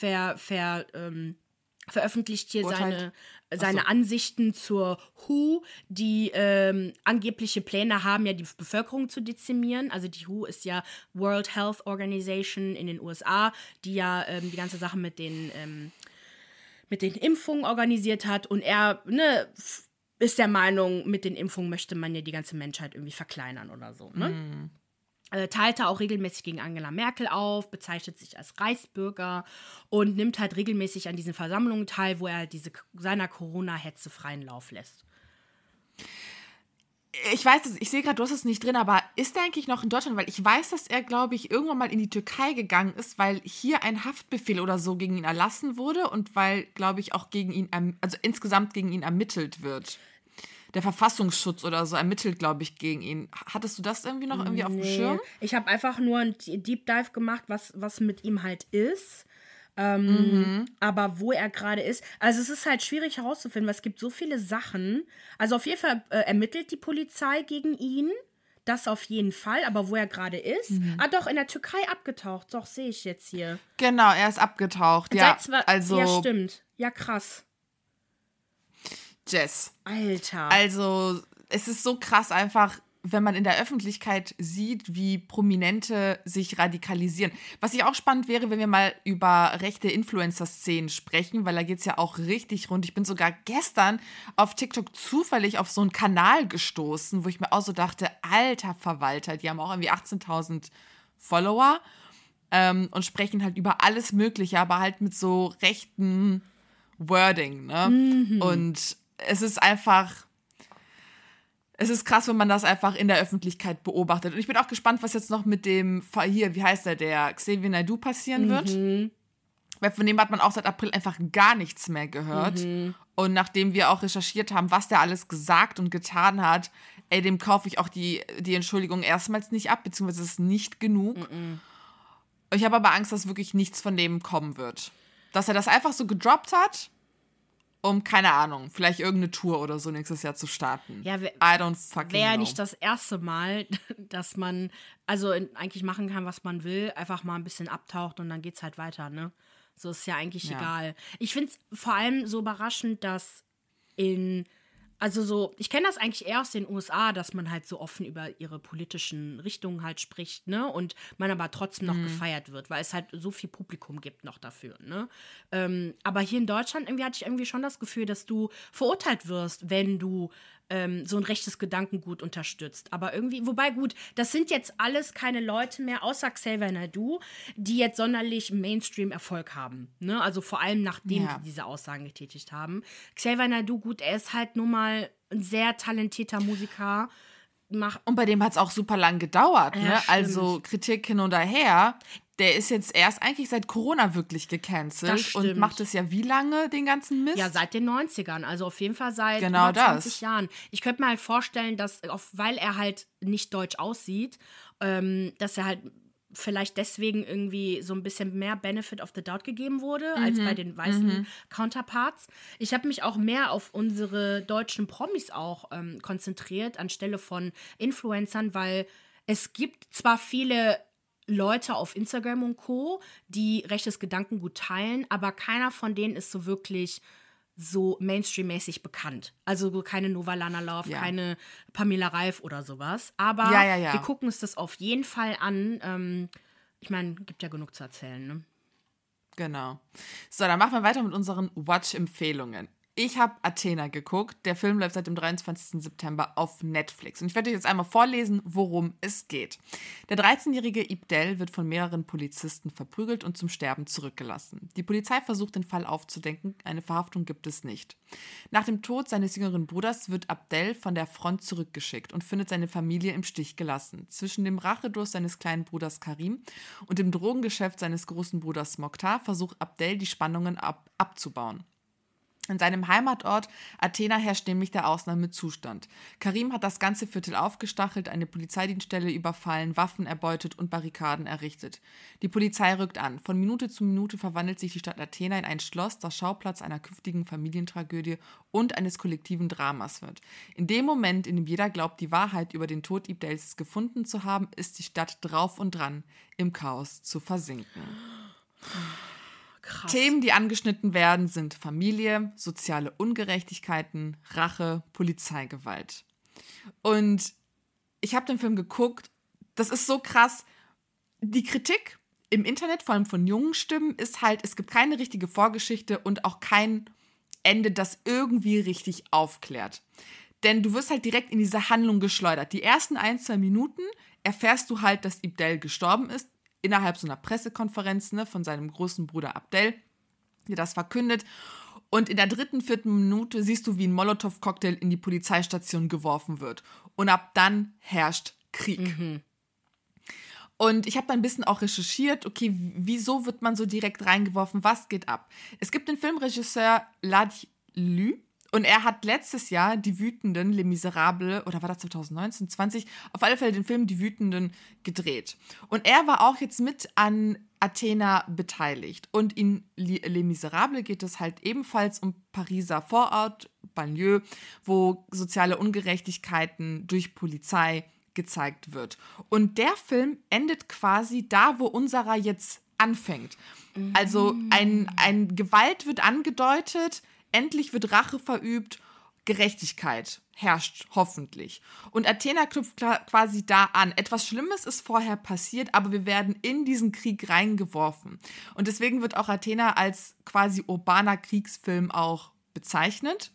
veröffentlicht hier seine Ansichten zur WHO, die angebliche Pläne haben, ja die Bevölkerung zu dezimieren. Also die WHO ist ja World Health Organization in den USA, die ja die ganze Sache mit den Impfungen organisiert hat. Und er ist der Meinung, mit den Impfungen möchte man ja die ganze Menschheit irgendwie verkleinern oder so. Ne? Teilte auch regelmäßig gegen Angela Merkel auf, bezeichnet sich als Reichsbürger und nimmt halt regelmäßig an diesen Versammlungen teil, wo er halt seiner Corona-Hetze freien Lauf lässt. Ich weiß, ich sehe gerade, du hast es nicht drin, aber ist er eigentlich noch in Deutschland? Weil ich weiß, dass er, glaube ich, irgendwann mal in die Türkei gegangen ist, weil hier ein Haftbefehl oder so gegen ihn erlassen wurde und weil, glaube ich, auch insgesamt gegen ihn ermittelt wird. Der Verfassungsschutz oder so ermittelt, glaube ich, gegen ihn. Hattest du das irgendwie noch auf dem Schirm? Ich habe einfach nur einen Deep Dive gemacht, was mit ihm halt ist. Aber wo er gerade ist. Also es ist halt schwierig herauszufinden, weil es gibt so viele Sachen. Also auf jeden Fall ermittelt die Polizei gegen ihn. Das auf jeden Fall. Aber wo er gerade ist. Doch, in der Türkei abgetaucht. Doch, sehe ich jetzt hier. Genau, er ist abgetaucht. Ja, ja, stimmt. Ja, krass. Jess. Alter. Also, es ist so krass einfach, wenn man in der Öffentlichkeit sieht, wie Prominente sich radikalisieren. Was ich auch spannend wäre, wenn wir mal über rechte Influencer-Szenen sprechen, weil da geht es ja auch richtig rund. Ich bin sogar gestern auf TikTok zufällig auf so einen Kanal gestoßen, wo ich mir auch so dachte, alter Verwalter, die haben auch irgendwie 18.000 Follower und sprechen halt über alles Mögliche, aber halt mit so rechten Wording, ne? Und es ist krass, wenn man das einfach in der Öffentlichkeit beobachtet. Und ich bin auch gespannt, was jetzt noch mit dem hier, wie heißt der Xavier Naidoo passieren wird. Weil von dem hat man auch seit April einfach gar nichts mehr gehört. Und nachdem wir auch recherchiert haben, was der alles gesagt und getan hat, dem kaufe ich auch die Entschuldigung erstmals nicht ab, beziehungsweise es ist nicht genug. Ich habe aber Angst, dass wirklich nichts von dem kommen wird. Dass er das einfach so gedroppt hat um, keine Ahnung, vielleicht irgendeine Tour oder so nächstes Jahr zu starten. Ja, I don't fucking wäre ja know. nicht das erste Mal, dass man eigentlich machen kann, was man will, einfach mal ein bisschen abtaucht und dann geht's halt weiter, ne? So ist ja eigentlich egal. Ich finde es vor allem so überraschend, dass ich kenne das eigentlich eher aus den USA, dass man halt so offen über ihre politischen Richtungen halt spricht, ne? Und man aber trotzdem noch gefeiert wird, weil es halt so viel Publikum gibt noch dafür, ne? Aber hier in Deutschland hatte ich irgendwie schon das Gefühl, dass du verurteilt wirst, wenn du so ein rechtes Gedankengut unterstützt. Aber irgendwie, wobei gut, das sind jetzt alles keine Leute mehr, außer Xavier Naidoo, die jetzt sonderlich Mainstream-Erfolg haben. Ne? Also vor allem nachdem die diese Aussagen getätigt haben. Xavier Naidoo, gut, er ist halt nun mal ein sehr talentierter Musiker. Und bei dem hat es auch super lang gedauert, Ja, ne? stimmt. Also Kritik hin und her. Der ist jetzt erst eigentlich seit Corona wirklich gecancelt Das stimmt. und macht es ja wie lange, den ganzen Mist? Ja, seit den 90ern, also auf jeden Fall seit Genau über 20 das. Jahren. Ich könnte mir halt vorstellen, dass, weil er halt nicht deutsch aussieht, dass er halt vielleicht deswegen irgendwie so ein bisschen mehr Benefit of the Doubt gegeben wurde, als bei den weißen Counterparts. Ich habe mich auch mehr auf unsere deutschen Promis auch konzentriert, anstelle von Influencern, weil es gibt zwar viele Leute auf Instagram und Co., die rechtes Gedankengut teilen, aber keiner von denen ist so wirklich so Mainstream-mäßig bekannt. Also keine Nova Lana Love, keine Pamela Reif oder sowas. Aber wir gucken uns das auf jeden Fall an. Ich meine, gibt ja genug zu erzählen, ne? Genau. So, dann machen wir weiter mit unseren Watch-Empfehlungen. Ich habe Athena geguckt. Der Film läuft seit dem 23. September auf Netflix. Und ich werde euch jetzt einmal vorlesen, worum es geht. Der 13-jährige Ibdel wird von mehreren Polizisten verprügelt und zum Sterben zurückgelassen. Die Polizei versucht, den Fall aufzudecken. Eine Verhaftung gibt es nicht. Nach dem Tod seines jüngeren Bruders wird Abdel von der Front zurückgeschickt und findet seine Familie im Stich gelassen. Zwischen dem Rachedurst seines kleinen Bruders Karim und dem Drogengeschäft seines großen Bruders Mokhtar versucht Abdel, die Spannungen abzubauen. In seinem Heimatort Athena herrscht nämlich der Ausnahmezustand. Karim hat das ganze Viertel aufgestachelt, eine Polizeidienststelle überfallen, Waffen erbeutet und Barrikaden errichtet. Die Polizei rückt an. Von Minute zu Minute verwandelt sich die Stadt Athena in ein Schloss, das Schauplatz einer künftigen Familientragödie und eines kollektiven Dramas wird. In dem Moment, in dem jeder glaubt, die Wahrheit über den Tod Ibdels gefunden zu haben, ist die Stadt drauf und dran, im Chaos zu versinken. Krass. Themen, die angeschnitten werden, sind Familie, soziale Ungerechtigkeiten, Rache, Polizeigewalt. Und ich habe den Film geguckt. Das ist so krass. Die Kritik im Internet, vor allem von jungen Stimmen, ist halt, es gibt keine richtige Vorgeschichte und auch kein Ende, das irgendwie richtig aufklärt. Denn du wirst halt direkt in diese Handlung geschleudert. Die ersten 1-2 Minuten erfährst du halt, dass Ibdel gestorben ist, innerhalb so einer Pressekonferenz, ne, von seinem großen Bruder Abdel, der das verkündet. Und in der 3., 4. Minute siehst du, wie ein Molotow-Cocktail in die Polizeistation geworfen wird. Und ab dann herrscht Krieg. Und ich habe dann ein bisschen auch recherchiert, okay, wieso wird man so direkt reingeworfen, was geht ab? Es gibt den Filmregisseur Ladj Ly, und er hat letztes Jahr Die Wütenden, Les Miserables, oder war das 2019, 20, auf alle Fälle den Film Die Wütenden gedreht. Und er war auch jetzt mit an Athena beteiligt. Und in Les Miserables geht es halt ebenfalls um Pariser Vorort, Banlieue, wo soziale Ungerechtigkeiten durch Polizei gezeigt wird. Und der Film endet quasi da, wo unserer jetzt anfängt. Also ein Gewalt wird angedeutet, endlich wird Rache verübt, Gerechtigkeit herrscht hoffentlich. Und Athena knüpft quasi da an. Etwas Schlimmes ist vorher passiert, aber wir werden in diesen Krieg reingeworfen. Und deswegen wird auch Athena als quasi urbaner Kriegsfilm auch bezeichnet.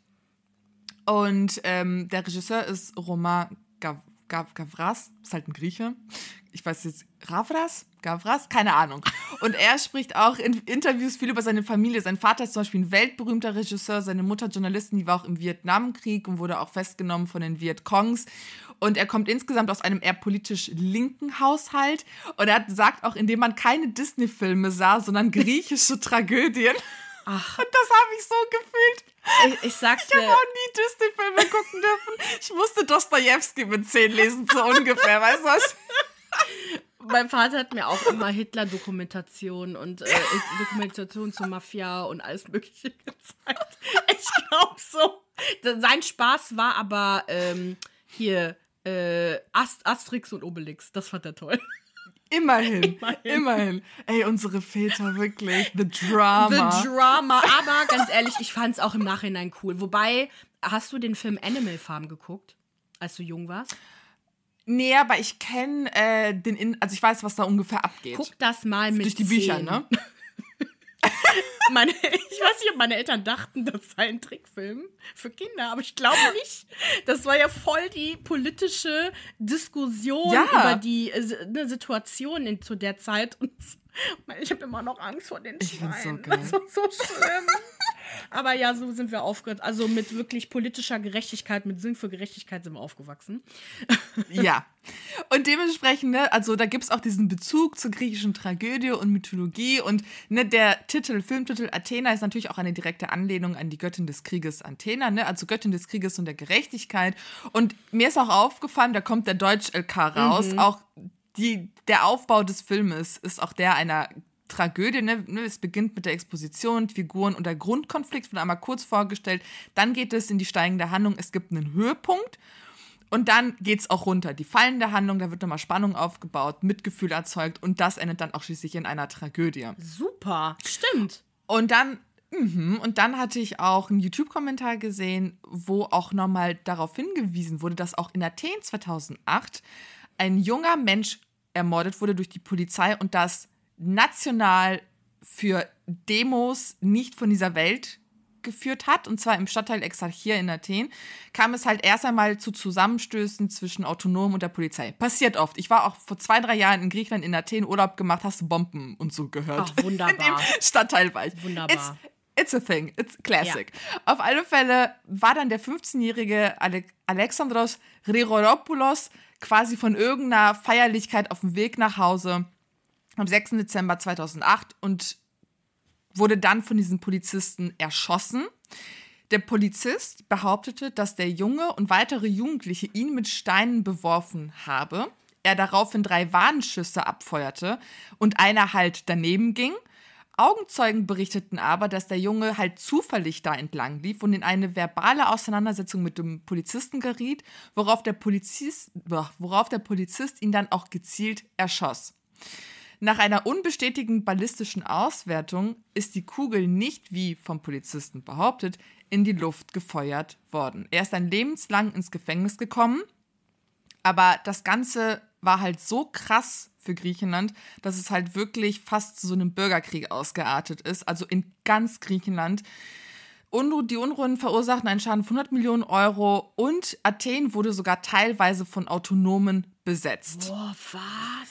Und der Regisseur ist Romain Gavras, ist halt ein Grieche. Ich weiß jetzt, Gavras? Keine Ahnung. Und er spricht auch in Interviews viel über seine Familie. Sein Vater ist zum Beispiel ein weltberühmter Regisseur, seine Mutter Journalistin, die war auch im Vietnamkrieg und wurde auch festgenommen von den Vietcongs. Und er kommt insgesamt aus einem eher politisch linken Haushalt. Und er sagt auch, indem man keine Disney-Filme sah, sondern griechische Tragödien. Ach. Und das habe ich so gefühlt. Ich sag's dir. Ich habe auch nie Disney-Filme gucken dürfen. Ich musste Dostojewski mit 10 lesen, so ungefähr, weißt du was? Mein Vater hat mir auch immer Hitler-Dokumentationen und Dokumentationen zur Mafia und alles Mögliche gezeigt. Ich glaube so. Sein Spaß war aber hier Asterix und Obelix. Das fand er toll. Immerhin. Ey, unsere Väter, wirklich. The Drama. Aber ganz ehrlich, ich fand es auch im Nachhinein cool. Wobei, hast du den Film Animal Farm geguckt, als du jung warst? Nee, aber ich kenne also ich weiß, was da ungefähr abgeht. Guck das mal mit durch die Bücher, ne? Ich weiß nicht, ob meine Eltern dachten, das sei ein Trickfilm für Kinder, aber ich glaube nicht. Das war ja voll die politische Diskussion über die Situation zu der Zeit. Und ich habe immer noch Angst vor den Schweinen. So geil. Das ist so schlimm. Aber ja, so sind wir aufgewachsen. Also mit wirklich politischer Gerechtigkeit, mit Sinn für Gerechtigkeit sind wir aufgewachsen. Ja. Und dementsprechend, ne, also da gibt es auch diesen Bezug zur griechischen Tragödie und Mythologie. Und ne, der Filmtitel Athena ist natürlich auch eine direkte Anlehnung an die Göttin des Krieges Athena, ne, also Göttin des Krieges und der Gerechtigkeit. Und mir ist auch aufgefallen, da kommt der Deutsch-LK raus, auch der Aufbau des Filmes ist auch der einer Tragödie, ne? Es beginnt mit der Exposition, Figuren und der Grundkonflikt wird einmal kurz vorgestellt, dann geht es in die steigende Handlung, es gibt einen Höhepunkt und dann geht es auch runter. Die fallende Handlung, da wird nochmal Spannung aufgebaut, Mitgefühl erzeugt und das endet dann auch schließlich in einer Tragödie. Super, stimmt. Und dann hatte ich auch einen YouTube-Kommentar gesehen, wo auch nochmal darauf hingewiesen wurde, dass auch in Athen 2008 ein junger Mensch ermordet wurde durch die Polizei und das national für Demos nicht von dieser Welt geführt hat, und zwar im Stadtteil Exarchia in Athen, kam es halt erst einmal zu Zusammenstößen zwischen Autonomen und der Polizei. Passiert oft. Ich war auch vor 2-3 Jahren in Griechenland, in Athen Urlaub gemacht, hast du Bomben und so gehört. Ach, wunderbar. In dem Stadtteil war ich. Wunderbar. It's a thing. It's classic. Ja. Auf alle Fälle war dann der 15-jährige Alexandros Grigoropoulos quasi von irgendeiner Feierlichkeit auf dem Weg nach Hause am 6. Dezember 2008 und wurde dann von diesen Polizisten erschossen. Der Polizist behauptete, dass der Junge und weitere Jugendliche ihn mit Steinen beworfen habe. Er daraufhin 3 Warnschüsse abfeuerte und einer halt daneben ging. Augenzeugen berichteten aber, dass der Junge halt zufällig da entlang lief und in eine verbale Auseinandersetzung mit dem Polizisten geriet, worauf der Polizist ihn dann auch gezielt erschoss. Nach einer unbestätigten ballistischen Auswertung ist die Kugel nicht, wie vom Polizisten behauptet, in die Luft gefeuert worden. Er ist dann lebenslang ins Gefängnis gekommen, aber das Ganze war halt so krass für Griechenland, dass es halt wirklich fast zu so einem Bürgerkrieg ausgeartet ist, also in ganz Griechenland. Und die Unruhen verursachten einen Schaden von 100 Millionen Euro und Athen wurde sogar teilweise von Autonomen besetzt. Boah, was?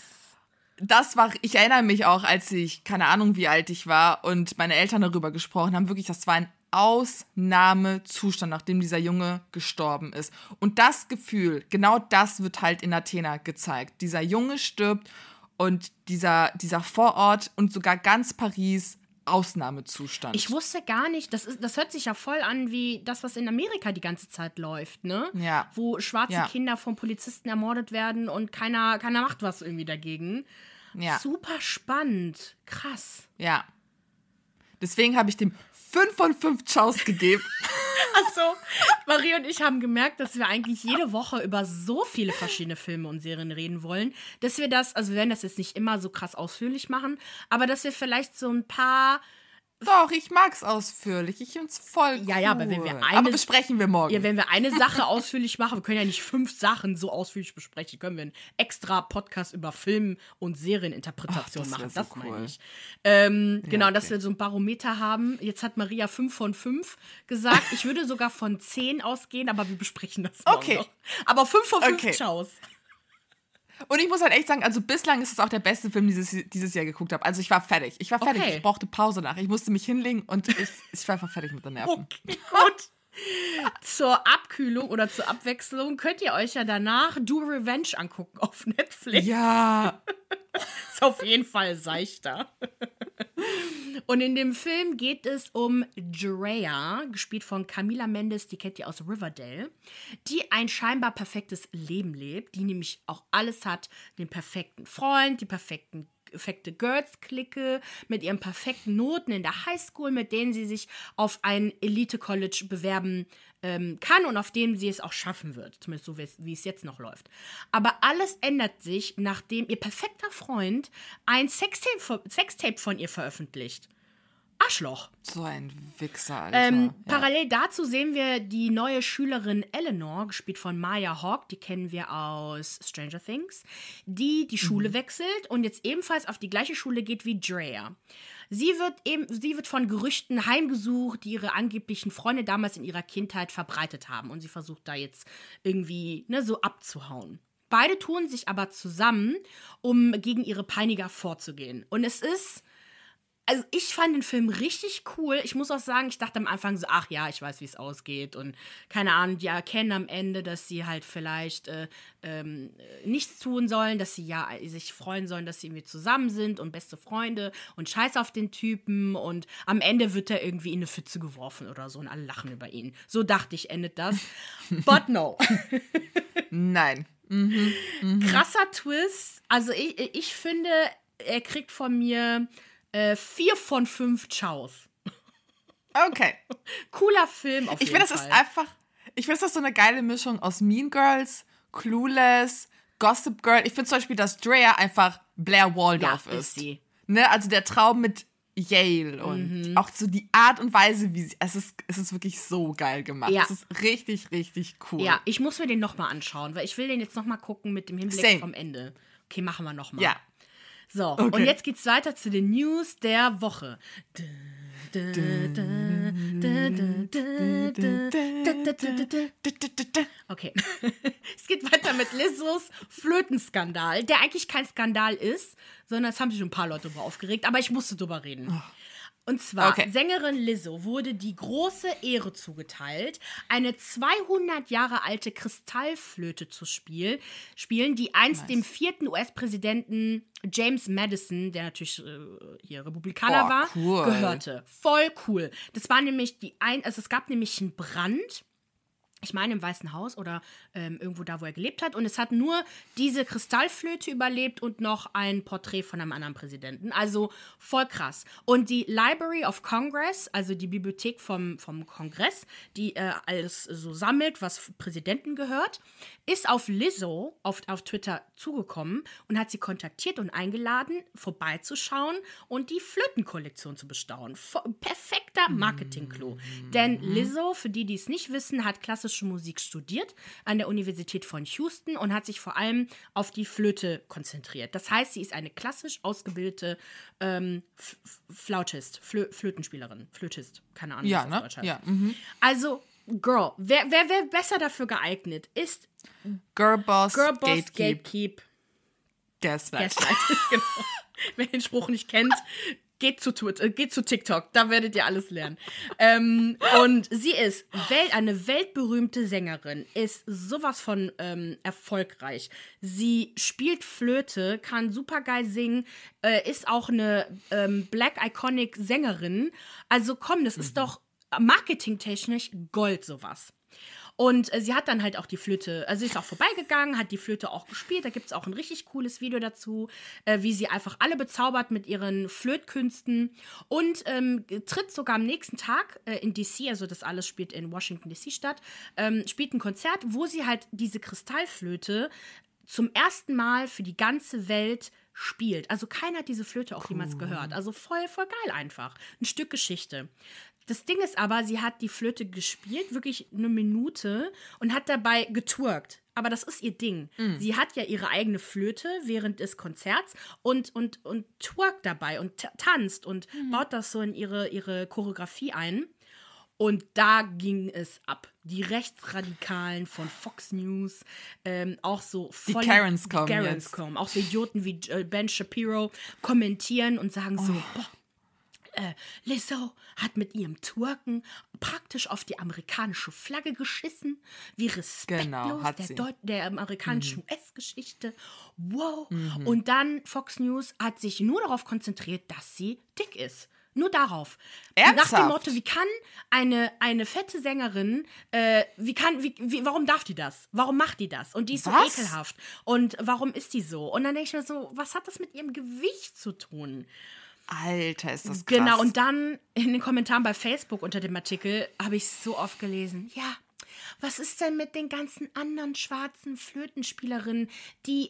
Ich erinnere mich auch, als ich, keine Ahnung, wie alt ich war und meine Eltern darüber gesprochen haben, wirklich, das war ein Ausnahmezustand, nachdem dieser Junge gestorben ist. Und das Gefühl, genau das wird halt in Athena gezeigt. Dieser Junge stirbt und dieser Vorort und sogar ganz Paris Ausnahmezustand. Ich wusste gar nicht, das hört sich ja voll an wie das, was in Amerika die ganze Zeit läuft, ne? Ja. Wo schwarze Kinder von Polizisten ermordet werden und keiner macht was irgendwie dagegen. Ja. Super spannend. Krass. Ja. Deswegen habe ich dem 5 von 5 Chaos gegeben. Achso, Marie und ich haben gemerkt, dass wir eigentlich jede Woche über so viele verschiedene Filme und Serien reden wollen, dass wir wir werden das jetzt nicht immer so krass ausführlich machen, aber dass wir vielleicht so ein paar... Doch, ich mag's ausführlich. Ich find's voll cool. Ja, aber aber besprechen wir morgen. Ja, wenn wir eine Sache ausführlich machen, wir können ja nicht 5 Sachen so ausführlich besprechen, können wir einen extra Podcast über Film- und Serieninterpretation machen. So das cool. meine ich. Genau, dass wir so ein Barometer haben. Jetzt hat Maria 5 von 5 gesagt. Ich würde sogar von 10 ausgehen, aber wir besprechen das morgen noch. Aber 5 von 5 Chaos. Und ich muss halt echt sagen, also bislang ist es auch der beste Film, dieses Jahr geguckt habe. Also ich war fertig. Ich brauchte Pause nach. Ich musste mich hinlegen und ich war einfach fertig mit den Nerven. Okay, gut. Zur Abkühlung oder zur Abwechslung könnt ihr euch ja danach Do Revenge angucken auf Netflix. Ja. Ist auf jeden Fall seichter. Und in dem Film geht es um Drea, gespielt von Camila Mendes, die kennt ihr aus Riverdale, die ein scheinbar perfektes Leben lebt, die nämlich auch alles hat, den perfekten Freund, die perfekten perfekte Girls-Clique mit ihren perfekten Noten in der Highschool, mit denen sie sich auf ein Elite-College bewerben kann und auf dem sie es auch schaffen wird. Zumindest so, wie es jetzt noch läuft. Aber alles ändert sich, nachdem ihr perfekter Freund ein Sextape von ihr veröffentlicht. Arschloch. So ein Wichser, Alter. Parallel dazu sehen wir die neue Schülerin Eleanor, gespielt von Maya Hawke, die kennen wir aus Stranger Things, die Schule wechselt und jetzt ebenfalls auf die gleiche Schule geht wie Drea. Sie wird von Gerüchten heimgesucht, die ihre angeblichen Freunde damals in ihrer Kindheit verbreitet haben. Und sie versucht da jetzt irgendwie so abzuhauen. Beide tun sich aber zusammen, um gegen ihre Peiniger vorzugehen. Und es ist... Also ich fand den Film richtig cool. Ich muss auch sagen, ich dachte am Anfang so, ach ja, ich weiß, wie es ausgeht. Und keine Ahnung, die erkennen am Ende, dass sie halt vielleicht nichts tun sollen, dass sie ja sich freuen sollen, dass sie irgendwie zusammen sind und beste Freunde und scheiß auf den Typen. Und am Ende wird er irgendwie in eine Pfütze geworfen oder so und alle lachen über ihn. So dachte ich, endet das. But no. Nein. Krasser Twist. Also ich finde, er kriegt von mir 4 von 5 Chows. Okay. Cooler Film auf jeden Fall. Ich finde, das ist so eine geile Mischung aus Mean Girls, Clueless, Gossip Girl. Ich finde zum Beispiel, dass Drea einfach Blair Waldorf ist. Sie. Ne? Also der Traum mit Yale und auch so die Art und Weise, wie sie, es ist wirklich so geil gemacht. Ja. Es ist richtig, richtig cool. Ja, ich muss mir den nochmal anschauen, weil ich will den jetzt nochmal gucken mit dem Hinblick vom Ende. Okay, machen wir nochmal. Ja. So, und jetzt geht's weiter zu den News der Woche. Okay. Es geht weiter mit Lizzos Flötenskandal, der eigentlich kein Skandal ist, sondern es haben sich schon ein paar Leute darüber aufgeregt, aber ich musste drüber reden. Und zwar, Sängerin Lizzo wurde die große Ehre zugeteilt, eine 200 Jahre alte Kristallflöte zu spielen, die einst dem 4. US-Präsidenten James Madison, der natürlich hier Republikaner war, cool. gehörte. Voll cool. Das war nämlich es gab nämlich einen Brand, ich meine im Weißen Haus oder irgendwo da, wo er gelebt hat. Und es hat nur diese Kristallflöte überlebt und noch ein Porträt von einem anderen Präsidenten. Also voll krass. Und die Library of Congress, also die Bibliothek vom Kongress, die alles so sammelt, was Präsidenten gehört, ist auf Lizzo auf Twitter zugekommen und hat sie kontaktiert und eingeladen, vorbeizuschauen und die Flötenkollektion zu bestaunen. Perfekter Marketing-Clou. Denn Lizzo, für die es nicht wissen, hat klassische Musik studiert an der Universität von Houston und hat sich vor allem auf die Flöte konzentriert. Das heißt, sie ist eine klassisch ausgebildete Flötenspielerin. Flötist, keine Ahnung, was das Deutsch heißt. Ja. Also, Girl, wer besser dafür geeignet ist Girlboss, Gatekeep. Gaslight. Genau. Wer den Spruch nicht kennt, geht zu TikTok, da werdet ihr alles lernen. Und sie ist eine weltberühmte Sängerin, ist sowas von erfolgreich. Sie spielt Flöte, kann super geil singen, ist auch eine Black Iconic Sängerin. Also komm, das ist doch marketingtechnisch Gold, sowas. Und sie hat dann halt auch die Flöte, also sie ist auch vorbeigegangen, hat die Flöte auch gespielt. Da gibt es auch ein richtig cooles Video dazu, wie sie einfach alle bezaubert mit ihren Flötkünsten und tritt sogar am nächsten Tag in DC, also das alles spielt in Washington DC statt, spielt ein Konzert, wo sie halt diese Kristallflöte zum ersten Mal für die ganze Welt spielt. Also keiner hat diese Flöte auch jemals gehört. Also voll, voll geil einfach. Ein Stück Geschichte. Das Ding ist aber, sie hat die Flöte gespielt, wirklich 1 Minute und hat dabei getwerkt. Aber das ist ihr Ding. Sie hat ja ihre eigene Flöte während des Konzerts und twerkt dabei und tanzt und baut das so in ihre Choreografie ein. Und da ging es ab. Die Rechtsradikalen von Fox News, auch so voll... Die Karens kommen. Auch so Idioten wie Ben Shapiro kommentieren und sagen so, boah, Lizzo hat mit ihrem Twerken praktisch auf die amerikanische Flagge geschissen. Wie respektlos der amerikanischen US-Geschichte. Wow. Und dann Fox News hat sich nur darauf konzentriert, dass sie dick ist. Nur darauf. Ernsthaft? Nach dem Motto, wie kann eine fette Sängerin, warum darf die das? Warum macht die das? Und die ist so Was? ekelhaft. Und warum ist die so? Und dann denke ich mir so, was hat das mit ihrem Gewicht zu tun? Alter, ist das krass. Genau, und dann in den Kommentaren bei Facebook unter dem Artikel habe ich so oft gelesen, ja, was ist denn mit den ganzen anderen schwarzen Flötenspielerinnen, die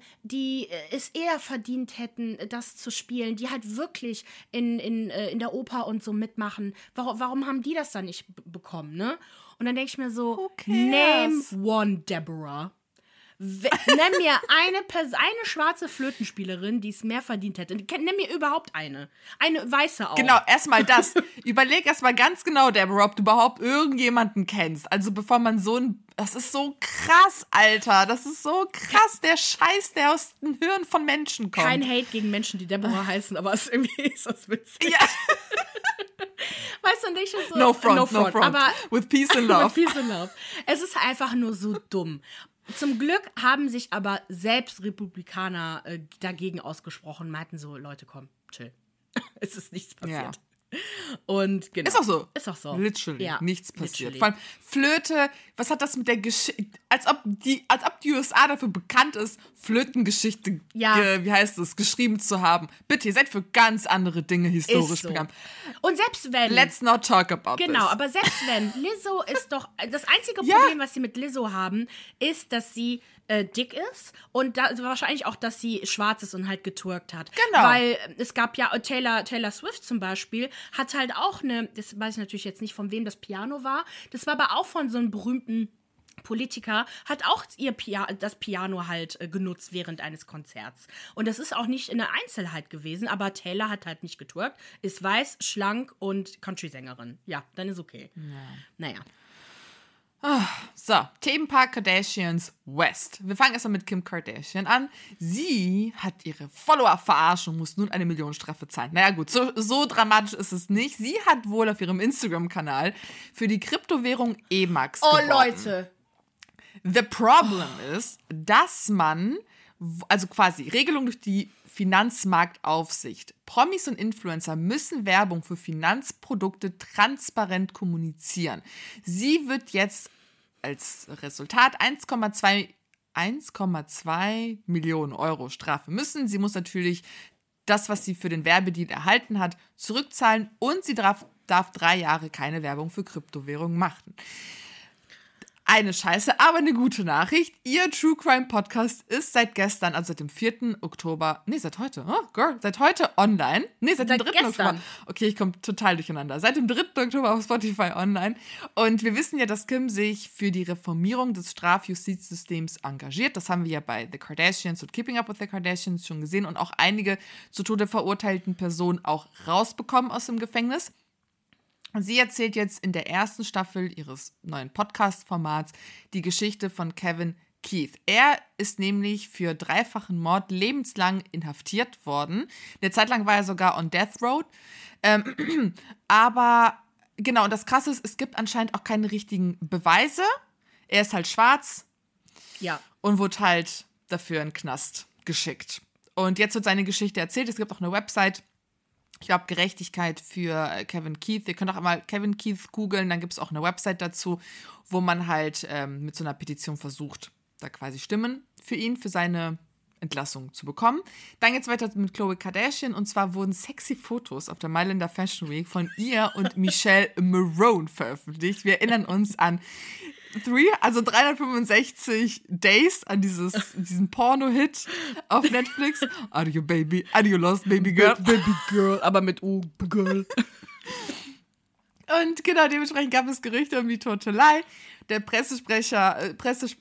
es eher verdient hätten, das zu spielen, die halt wirklich in der Oper und so mitmachen. Warum haben die das dann nicht bekommen, ne? Und dann denke ich mir so, Who name cares? one Deborah. Nenn mir eine schwarze Flötenspielerin, die es mehr verdient hätte. Nenn mir überhaupt eine. Eine weiße auch. Genau, erstmal das. Überleg erstmal ganz genau, Deborah, ob du überhaupt irgendjemanden kennst. Also bevor man das ist so krass, Alter. Das ist so krass, der Scheiß, der aus den Hirn von Menschen kommt. Kein Hate gegen Menschen, die Deborah heißen, aber irgendwie ist das witzig. Ja. Weißt du, und ich so... No front. Aber with peace and love. with peace and love. Es ist einfach nur so dumm. Zum Glück haben sich aber selbst Republikaner dagegen ausgesprochen, meinten so, Leute, komm, chill. Es ist nichts passiert. Ja. Und genau. Ist auch so. Ist auch so. Literally. Ja, Nichts passiert. literally. Vor allem Flöte, was hat das mit der Geschichte, als ob die USA dafür bekannt ist, Flötengeschichte, wie heißt es, geschrieben zu haben. Bitte, ihr seid für ganz andere Dinge historisch Ist so. bekannt. Und selbst wenn... Let's not talk about Genau, this. aber selbst wenn, Lizzo ist doch, das einzige Problem, was sie mit Lizzo haben, ist, dass sie dick ist und wahrscheinlich auch, dass sie schwarz ist und halt getwerkt hat. Genau. Weil es gab ja, Taylor Swift zum Beispiel, hat halt auch das weiß ich natürlich jetzt nicht, von wem das Piano war, das war aber auch von so einem berühmten Politiker, hat auch das Piano halt genutzt während eines Konzerts. Und das ist auch nicht in der Einzelheit gewesen, aber Taylor hat halt nicht getwerkt, ist weiß, schlank und Country-Sängerin. Ja, dann ist okay. Ja. Naja. So, Themenpark Kardashians West. Wir fangen erstmal mit Kim Kardashian an. Sie hat ihre Follower verarscht und muss nun eine Millionenstrafe zahlen. Naja gut, so dramatisch ist es nicht. Sie hat wohl auf ihrem Instagram-Kanal für die Kryptowährung EMAX geworben. Leute. The problem ist, dass man, also quasi Regelung durch die Finanzmarktaufsicht, Promis und Influencer müssen Werbung für Finanzprodukte transparent kommunizieren. Sie wird jetzt als Resultat 1,2 Millionen Euro Strafe müssen. Sie muss natürlich das, was sie für den Werbedeal erhalten hat, zurückzahlen und sie darf 3 Jahre keine Werbung für Kryptowährungen machen. Eine Scheiße, aber eine gute Nachricht. Ihr True Crime Podcast ist seit gestern, also seit dem 4. Oktober, seit heute online. Seit dem 3. gestern. Oktober. Okay, ich komme total durcheinander. Seit dem 3. Oktober auf Spotify online. Und wir wissen ja, dass Kim sich für die Reformierung des Strafjustizsystems engagiert. Das haben wir ja bei The Kardashians und Keeping Up with the Kardashians schon gesehen und auch einige zu Tode verurteilten Personen auch rausbekommen aus dem Gefängnis. Und sie erzählt jetzt in der ersten Staffel ihres neuen Podcast-Formats die Geschichte von Kevin Keith. Er ist nämlich für 3-fachen Mord lebenslang inhaftiert worden. Eine Zeit lang war er sogar on Death Row. Aber genau, und das Krasse ist, es gibt anscheinend auch keine richtigen Beweise. Er ist halt schwarz und wurde halt dafür in den Knast geschickt. Und jetzt wird seine Geschichte erzählt. Es gibt auch eine Website, ich glaube, Gerechtigkeit für Kevin Keith. Ihr könnt auch einmal Kevin Keith googeln, dann gibt es auch eine Website dazu, wo man halt mit so einer Petition versucht, da quasi Stimmen für ihn, für seine Entlassung zu bekommen. Dann geht es weiter mit Khloe Kardashian und zwar wurden sexy Fotos auf der Mailänder Fashion Week von ihr und Michelle Marone veröffentlicht. Wir erinnern uns an 365 Days, an diesen Porno-Hit auf Netflix. Are you lost, baby girl? Baby girl, aber mit girl. Und genau, dementsprechend gab es Gerüchte um die Totelei. Der Pressesprecher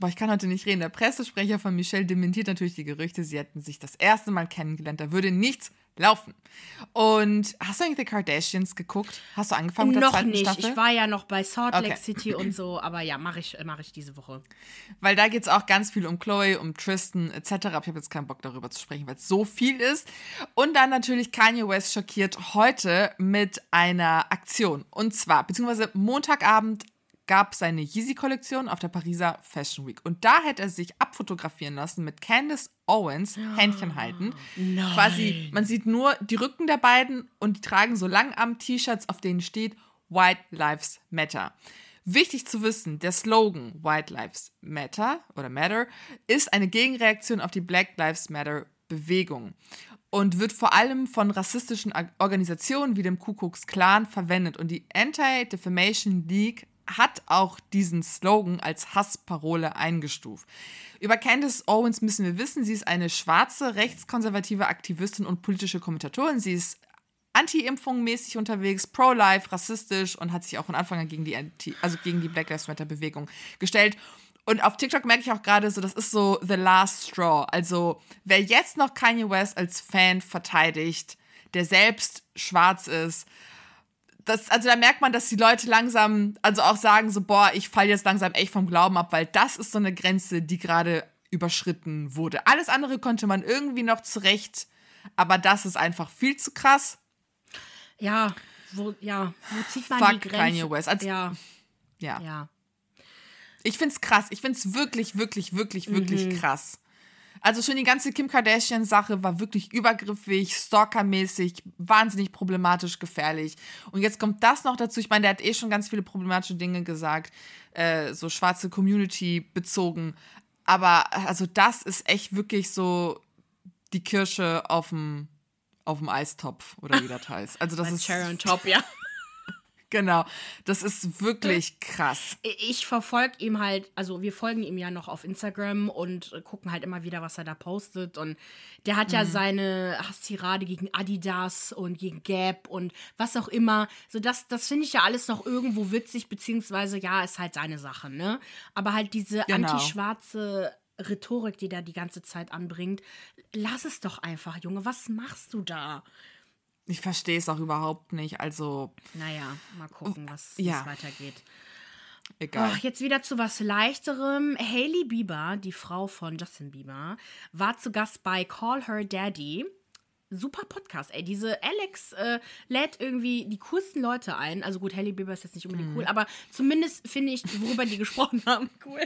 von Michelle dementiert natürlich die Gerüchte, sie hätten sich das erste Mal kennengelernt, da würde nichts laufen. Und hast du eigentlich The Kardashians geguckt? Hast du angefangen mit der zweiten Staffel? Noch nicht, ich war ja noch bei Salt Lake City und so, aber ja, mache ich diese Woche. Weil da geht es auch ganz viel um Khloe, um Tristan etc., aber ich habe jetzt keinen Bock darüber zu sprechen, weil es so viel ist. Und dann natürlich Kanye West schockiert heute mit einer Aktion. Und zwar, beziehungsweise Montagabend gab seine Yeezy-Kollektion auf der Pariser Fashion Week. Und da hätte er sich abfotografieren lassen mit Candace Owens, Händchen halten. Nein. Quasi, man sieht nur die Rücken der beiden und die tragen so Langarm-T-Shirts, auf denen steht White Lives Matter. Wichtig zu wissen, der Slogan White Lives Matter oder Matter ist eine Gegenreaktion auf die Black Lives Matter Bewegung und wird vor allem von rassistischen Organisationen wie dem Ku Klux Klan verwendet. Und die Anti-Defamation League hat auch diesen Slogan als Hassparole eingestuft. Über Candace Owens müssen wir wissen, sie ist eine schwarze, rechtskonservative Aktivistin und politische Kommentatorin. Sie ist Anti-Impfung mäßig unterwegs, pro-life, rassistisch und hat sich auch von Anfang an gegen die Black Lives Matter Bewegung gestellt. Und auf TikTok merke ich auch gerade so, das ist so the last straw. Also wer jetzt noch Kanye West als Fan verteidigt, der selbst schwarz ist, also da merkt man, dass die Leute langsam, also auch sagen so, boah, ich falle jetzt langsam echt vom Glauben ab, weil das ist so eine Grenze, die gerade überschritten wurde. Alles andere konnte man irgendwie noch zurecht, aber das ist einfach viel zu krass. Ja, wo zieht man Fuck die Grenze? Kanye West. Ja. Ich find's krass. Ich find's wirklich krass. Also schon die ganze Kim Kardashian-Sache war wirklich übergriffig, stalkermäßig, wahnsinnig problematisch, gefährlich. Und jetzt kommt das noch dazu. Ich meine, der hat schon ganz viele problematische Dinge gesagt, so schwarze Community bezogen. Aber also das ist echt wirklich so die Kirsche auf dem Eistopf oder wie das heißt. Also das ist Cherry on top, ja. Genau, das ist wirklich krass. Ich verfolge ihm halt, also wir folgen ihm ja noch auf Instagram und gucken halt immer wieder, was er da postet. Und der hat ja seine Hasstirade gegen Adidas und gegen Gap und was auch immer. So, das finde ich ja alles noch irgendwo witzig, beziehungsweise ja, ist halt seine Sache, ne? Aber halt diese antischwarze Rhetorik, die der die ganze Zeit anbringt, lass es doch einfach, Junge, was machst du da? Ich verstehe es auch überhaupt nicht, also... Naja, mal gucken, wie es weitergeht. Egal. Ach, jetzt wieder zu was Leichterem. Hailey Bieber, die Frau von Justin Bieber, war zu Gast bei Call Her Daddy. Super Podcast, ey. Diese Alex lädt irgendwie die coolsten Leute ein. Also gut, Hailey Bieber ist jetzt nicht unbedingt cool, aber zumindest finde ich, worüber die gesprochen haben, cool.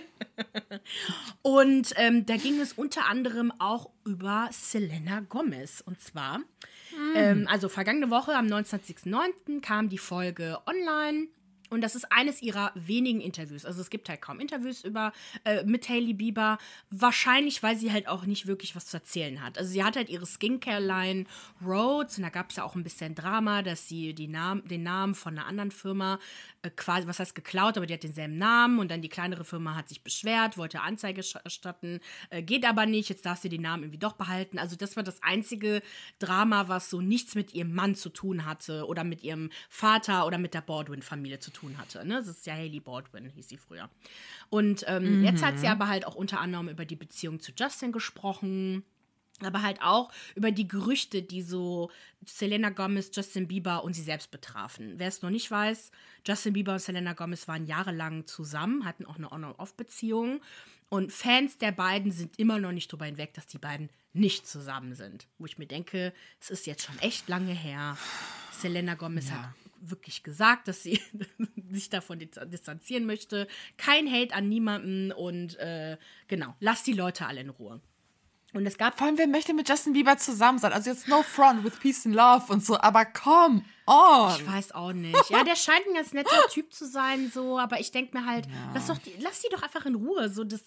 Und da ging es unter anderem auch über Selena Gomez. Und zwar, also vergangene Woche, am 29.09. kam die Folge online. Und das ist eines ihrer wenigen Interviews. Also es gibt halt kaum Interviews mit Hailey Bieber. Wahrscheinlich, weil sie halt auch nicht wirklich was zu erzählen hat. Also sie hat halt ihre Skincare-Line Rhodes. Und da gab es ja auch ein bisschen Drama, dass sie den Namen von einer anderen Firma quasi, was heißt geklaut, aber die hat denselben Namen. Und dann die kleinere Firma hat sich beschwert, wollte Anzeige erstatten. Geht aber nicht, jetzt darf sie den Namen irgendwie doch behalten. Also das war das einzige Drama, was so nichts mit ihrem Mann zu tun hatte. Oder mit ihrem Vater oder mit der Baldwin-Familie zu tun hatte. Ne? Das ist ja Hailey Baldwin, hieß sie früher. Und jetzt hat sie aber halt auch unter anderem über die Beziehung zu Justin gesprochen, aber halt auch über die Gerüchte, die so Selena Gomez, Justin Bieber und sie selbst betrafen. Wer es noch nicht weiß, Justin Bieber und Selena Gomez waren jahrelang zusammen, hatten auch eine On-and-Off-Beziehung. Und Fans der beiden sind immer noch nicht drüber hinweg, dass die beiden nicht zusammen sind. Wo ich mir denke, es ist jetzt schon echt lange her. Selena Gomez hat wirklich gesagt, dass sie sich davon distanzieren möchte. Kein Hate an niemanden und genau, lass die Leute alle in Ruhe. Und es gab... Vor allem, wer möchte mit Justin Bieber zusammen sein? Also jetzt no front with peace and love und so, aber come on. Ich weiß auch nicht. Ja, der scheint ein ganz netter Typ zu sein, so, aber ich denke mir halt, lass die doch einfach in Ruhe. So, das...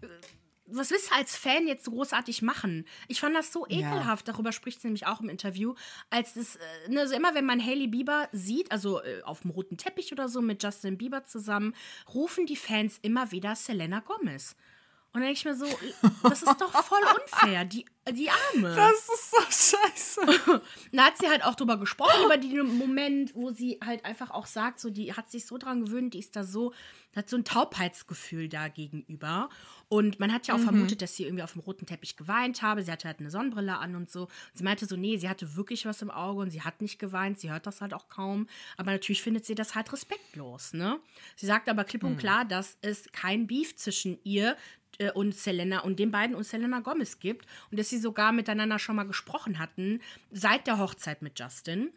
Was willst du als Fan jetzt so großartig machen? Ich fand das so ekelhaft, darüber spricht sie nämlich auch im Interview, als das, also immer wenn man Hailey Bieber sieht, also auf dem roten Teppich oder so mit Justin Bieber zusammen, rufen die Fans immer wieder Selena Gomez. Und dann denke ich mir so, das ist doch voll unfair, die Arme. Das ist so scheiße. Da hat sie halt auch drüber gesprochen, über den Moment, wo sie halt einfach auch sagt, so, die hat sich so dran gewöhnt, die ist da so, hat so ein Taubheitsgefühl da gegenüber. Und man hat ja auch vermutet, dass sie irgendwie auf dem roten Teppich geweint habe. Sie hatte halt eine Sonnenbrille an und so. Und sie meinte so, nee, sie hatte wirklich was im Auge und sie hat nicht geweint. Sie hört das halt auch kaum. Aber natürlich findet sie das halt respektlos, ne? Sie sagt aber klipp und klar, dass es kein Beef zwischen ihr und Selena und den beiden und Selena Gomez gibt. Und dass sie sogar miteinander schon mal gesprochen hatten, seit der Hochzeit mit Justin.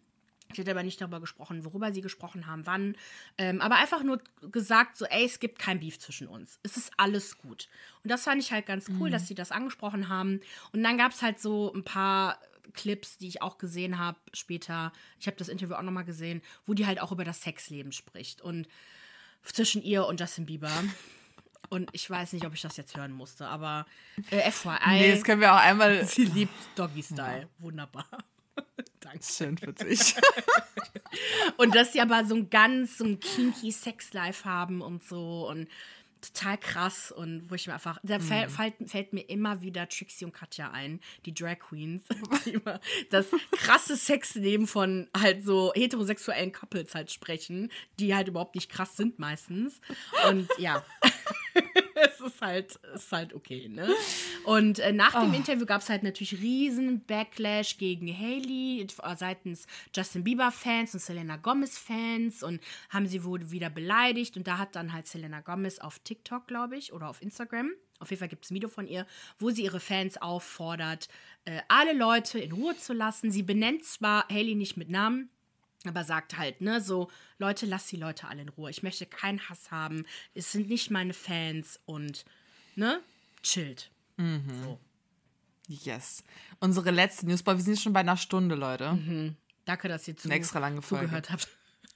Sie hat aber nicht darüber gesprochen, worüber sie gesprochen haben, wann. Aber einfach nur gesagt, so, ey, es gibt kein Beef zwischen uns. Es ist alles gut. Und das fand ich halt ganz cool, dass sie das angesprochen haben. Und dann gab es halt so ein paar Clips, die ich auch gesehen habe später. Ich habe das Interview auch nochmal gesehen, wo die halt auch über das Sexleben spricht. Und zwischen ihr und Justin Bieber. Und ich weiß nicht, ob ich das jetzt hören musste, aber FYI. Nee, das können wir auch einmal. Sie liebt Doggy-Style. Ja. Wunderbar. Danke. Schön für dich. Und dass sie aber so ein kinky Sex-Life haben und so und total krass und wo ich mir einfach, da fällt mir immer wieder Trixie und Katja ein, die Drag Queens, die immer das krasse Sexleben von halt so heterosexuellen Couples halt sprechen, die halt überhaupt nicht krass sind meistens. Und ja, es ist halt okay, ne? Und nach dem Interview gab es halt natürlich riesen Backlash gegen Hailey seitens Justin Bieber-Fans und Selena Gomez-Fans und haben sie wohl wieder beleidigt. Und da hat dann halt Selena Gomez auf TikTok, glaube ich, oder auf Instagram, auf jeden Fall gibt es ein Video von ihr, wo sie ihre Fans auffordert, alle Leute in Ruhe zu lassen. Sie benennt zwar Hailey nicht mit Namen, aber sagt halt, ne, so, Leute, lasst die Leute alle in Ruhe. Ich möchte keinen Hass haben. Es sind nicht meine Fans und, ne, chillt. So. Yes. Unsere letzte Newsbar, wir sind schon bei einer Stunde, Leute. Danke, dass ihr eine extra lange Folge zugehört habt.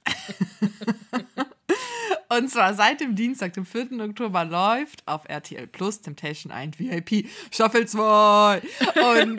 Und zwar seit dem Dienstag, dem 4. Oktober, läuft auf RTL Plus Temptation Island VIP Staffel 2. Und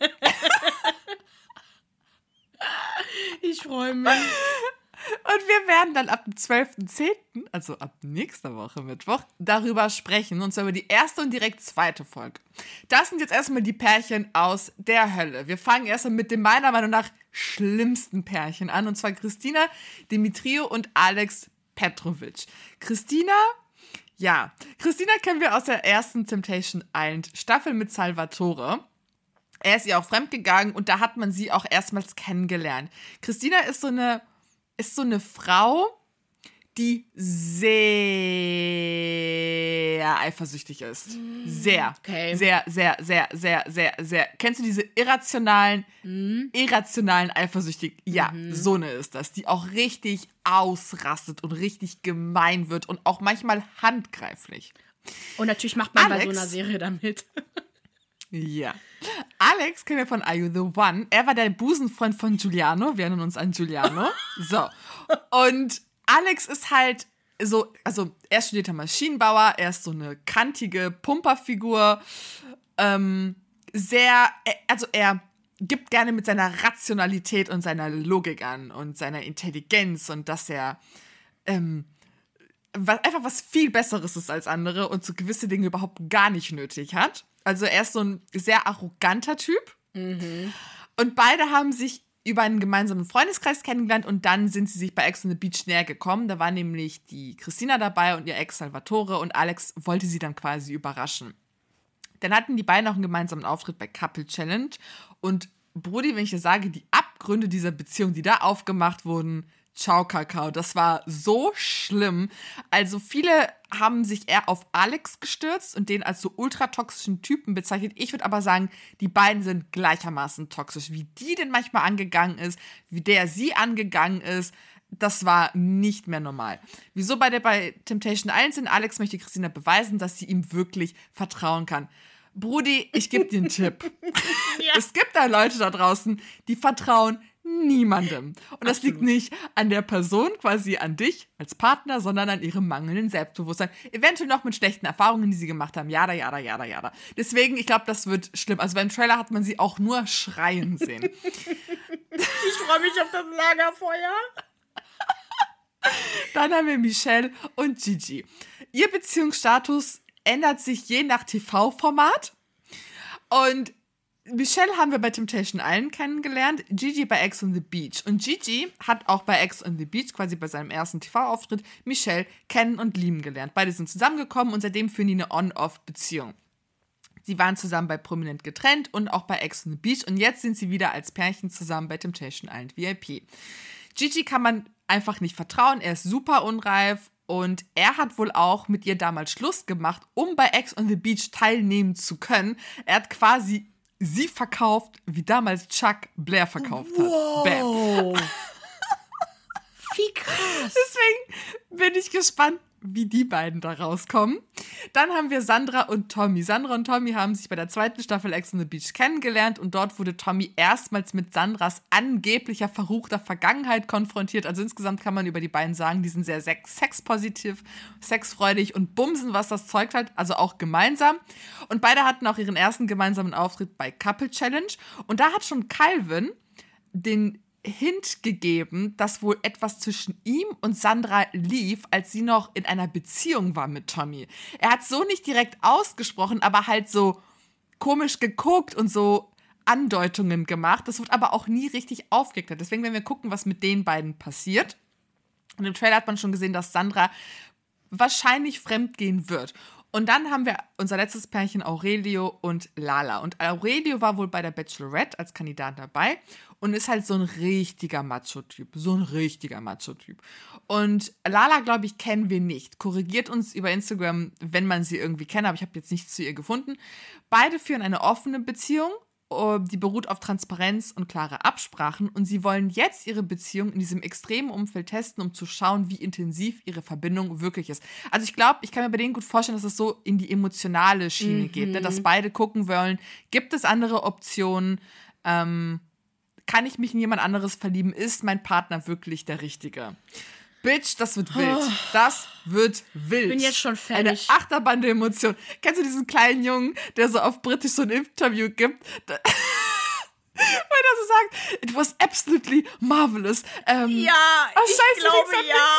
ich freue mich. Und wir werden dann ab dem 12.10., also ab nächster Woche Mittwoch, darüber sprechen. Und zwar über die erste und direkt zweite Folge. Das sind jetzt erstmal die Pärchen aus der Hölle. Wir fangen erstmal mit dem meiner Meinung nach schlimmsten Pärchen an. Und zwar Christina Dimitriou und Alex Petrovic. Christina kennen wir aus der ersten Temptation Island Staffel mit Salvatore. Er ist ihr auch fremdgegangen und da hat man sie auch erstmals kennengelernt. Christina ist so eine Frau, die sehr eifersüchtig ist. Sehr. Okay. Sehr, sehr, sehr, sehr, sehr, sehr. Kennst du diese irrationalen eifersüchtig? Ja, so eine ist das, die auch richtig ausrastet und richtig gemein wird und auch manchmal handgreiflich. Und natürlich macht man bei so einer Serie damit. Ja. Alex kennen wir von Are You The One? Er war der Busenfreund von Giuliano. Wir erinnern uns an Giuliano. So. Und Alex ist halt so, also er ist studierter Maschinenbauer, er ist so eine kantige Pumperfigur. Er gibt gerne mit seiner Rationalität und seiner Logik an und seiner Intelligenz und dass er einfach was viel Besseres ist als andere und so gewisse Dinge überhaupt gar nicht nötig hat. Also er ist so ein sehr arroganter Typ. Und beide haben sich über einen gemeinsamen Freundeskreis kennengelernt und dann sind sie sich bei Ex on the Beach näher gekommen. Da war nämlich die Christina dabei und ihr Ex Salvatore und Alex wollte sie dann quasi überraschen. Dann hatten die beiden auch einen gemeinsamen Auftritt bei Couple Challenge und Brudi, wenn ich dir sage, die Abgründe dieser Beziehung, die da aufgemacht wurden, ciao Kakao, das war so schlimm. Also viele haben sich eher auf Alex gestürzt und den als so ultratoxischen Typen bezeichnet. Ich würde aber sagen, die beiden sind gleichermaßen toxisch. Wie die denn manchmal angegangen ist, wie der sie angegangen ist, das war nicht mehr normal. Wieso bei Temptation Island sind? Alex möchte Christina beweisen, dass sie ihm wirklich vertrauen kann. Brudi, ich gebe dir einen Tipp. Ja. Es gibt da Leute da draußen, die vertrauen niemandem. Und das liegt nicht an der Person, quasi an dich als Partner, sondern an ihrem mangelnden Selbstbewusstsein. Eventuell noch mit schlechten Erfahrungen, die sie gemacht haben. Jada, jada, jada, jada. Deswegen, ich glaube, das wird schlimm. Also beim Trailer hat man sie auch nur schreien sehen. Ich freue mich auf das Lagerfeuer. Dann haben wir Michelle und Gigi. Ihr Beziehungsstatus ändert sich je nach TV-Format. Und Michelle haben wir bei Temptation Island kennengelernt, Gigi bei Ex on the Beach. Und Gigi hat auch bei Ex on the Beach, quasi bei seinem ersten TV-Auftritt, Michelle kennen und lieben gelernt. Beide sind zusammengekommen und seitdem führen die eine On-Off-Beziehung. Sie waren zusammen bei Prominent getrennt und auch bei Ex on the Beach. Und jetzt sind sie wieder als Pärchen zusammen bei Temptation Island VIP. Gigi kann man einfach nicht vertrauen, er ist super unreif. Und er hat wohl auch mit ihr damals Schluss gemacht, um bei Ex on the Beach teilnehmen zu können. Er hat quasi sie verkauft, wie damals Chuck Blair verkauft hat. Wow. Bam. Wie krass. Deswegen bin ich gespannt, wie die beiden da rauskommen. Dann haben wir Sandra und Tommy. Sandra und Tommy haben sich bei der 2. Staffel Ex on the Beach kennengelernt und dort wurde Tommy erstmals mit Sandras angeblicher verruchter Vergangenheit konfrontiert. Also insgesamt kann man über die beiden sagen, die sind sehr sexpositiv, sexfreudig und bumsen, was das Zeug hat, also auch gemeinsam. Und beide hatten auch ihren ersten gemeinsamen Auftritt bei Couple Challenge. Und da hat schon Calvin den Hint gegeben, dass wohl etwas zwischen ihm und Sandra lief, als sie noch in einer Beziehung war mit Tommy. Er hat so nicht direkt ausgesprochen, aber halt so komisch geguckt und so Andeutungen gemacht. Das wird aber auch nie richtig aufgeklärt. Deswegen werden wir gucken, was mit den beiden passiert. Und im Trailer hat man schon gesehen, dass Sandra wahrscheinlich fremdgehen wird. Und dann haben wir unser letztes Pärchen Aurelio und Lala. Und Aurelio war wohl bei der Bachelorette als Kandidat dabei und ist halt so ein richtiger Macho-Typ. Und Lala, glaube ich, kennen wir nicht. Korrigiert uns über Instagram, wenn man sie irgendwie kennt, aber ich habe jetzt nichts zu ihr gefunden. Beide führen eine offene Beziehung, die beruht auf Transparenz und klare Absprachen. Und sie wollen jetzt ihre Beziehung in diesem extremen Umfeld testen, um zu schauen, wie intensiv ihre Verbindung wirklich ist. Also ich glaube, ich kann mir bei denen gut vorstellen, dass es so in die emotionale Schiene geht, ne? Dass beide gucken wollen, gibt es andere Optionen, kann ich mich in jemand anderes verlieben, ist mein Partner wirklich der Richtige? Bitch, das wird wild. Das wird wild. Ich bin jetzt schon fertig. Eine Achterbahn der Emotionen. Kennst du diesen kleinen Jungen, der so auf Britisch so ein Interview gibt? Weil er so sagt, it was absolutely marvelous. Ja, ich glaube, ja.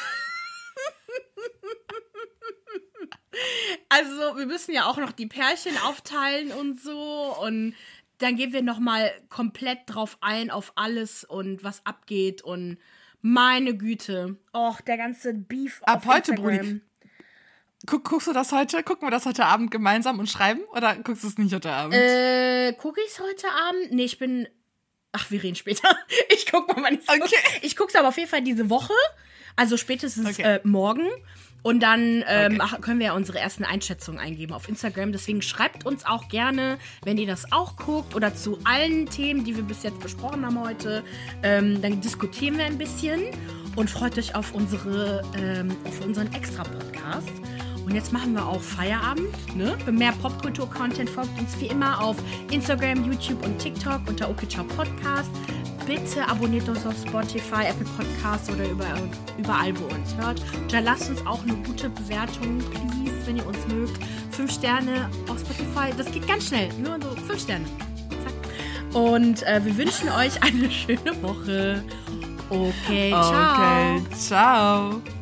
Also, wir müssen ja auch noch die Pärchen aufteilen und so. Und dann gehen wir nochmal komplett drauf ein, auf alles und was abgeht und meine Güte. Och, der ganze Beef ab auf heute, Instagram. Brudi. Guckst du das heute? Gucken wir das heute Abend gemeinsam und schreiben? Oder guckst du es nicht heute Abend? Gucke ich es heute Abend? Nee, wir reden später. Ich guck mal, wann Okay. Ich guck's aber auf jeden Fall diese Woche. Also spätestens morgen. Und dann können wir ja unsere ersten Einschätzungen eingeben auf Instagram. Deswegen schreibt uns auch gerne, wenn ihr das auch guckt oder zu allen Themen, die wir bis jetzt besprochen haben heute. Dann diskutieren wir ein bisschen und freut euch auf unseren Extra-Podcast. Und jetzt machen wir auch Feierabend. Ne? Für mehr Popkultur-Content folgt uns wie immer auf Instagram, YouTube und TikTok unter OKCiao Podcast. Bitte abonniert uns auf Spotify, Apple Podcasts oder überall, wo ihr uns hört. Und dann lasst uns auch eine gute Bewertung, please, wenn ihr uns mögt. 5 Sterne auf Spotify, das geht ganz schnell. Nur so 5 Sterne. Zack. Und wir wünschen euch eine schöne Woche. Okay, ciao. Okay, ciao.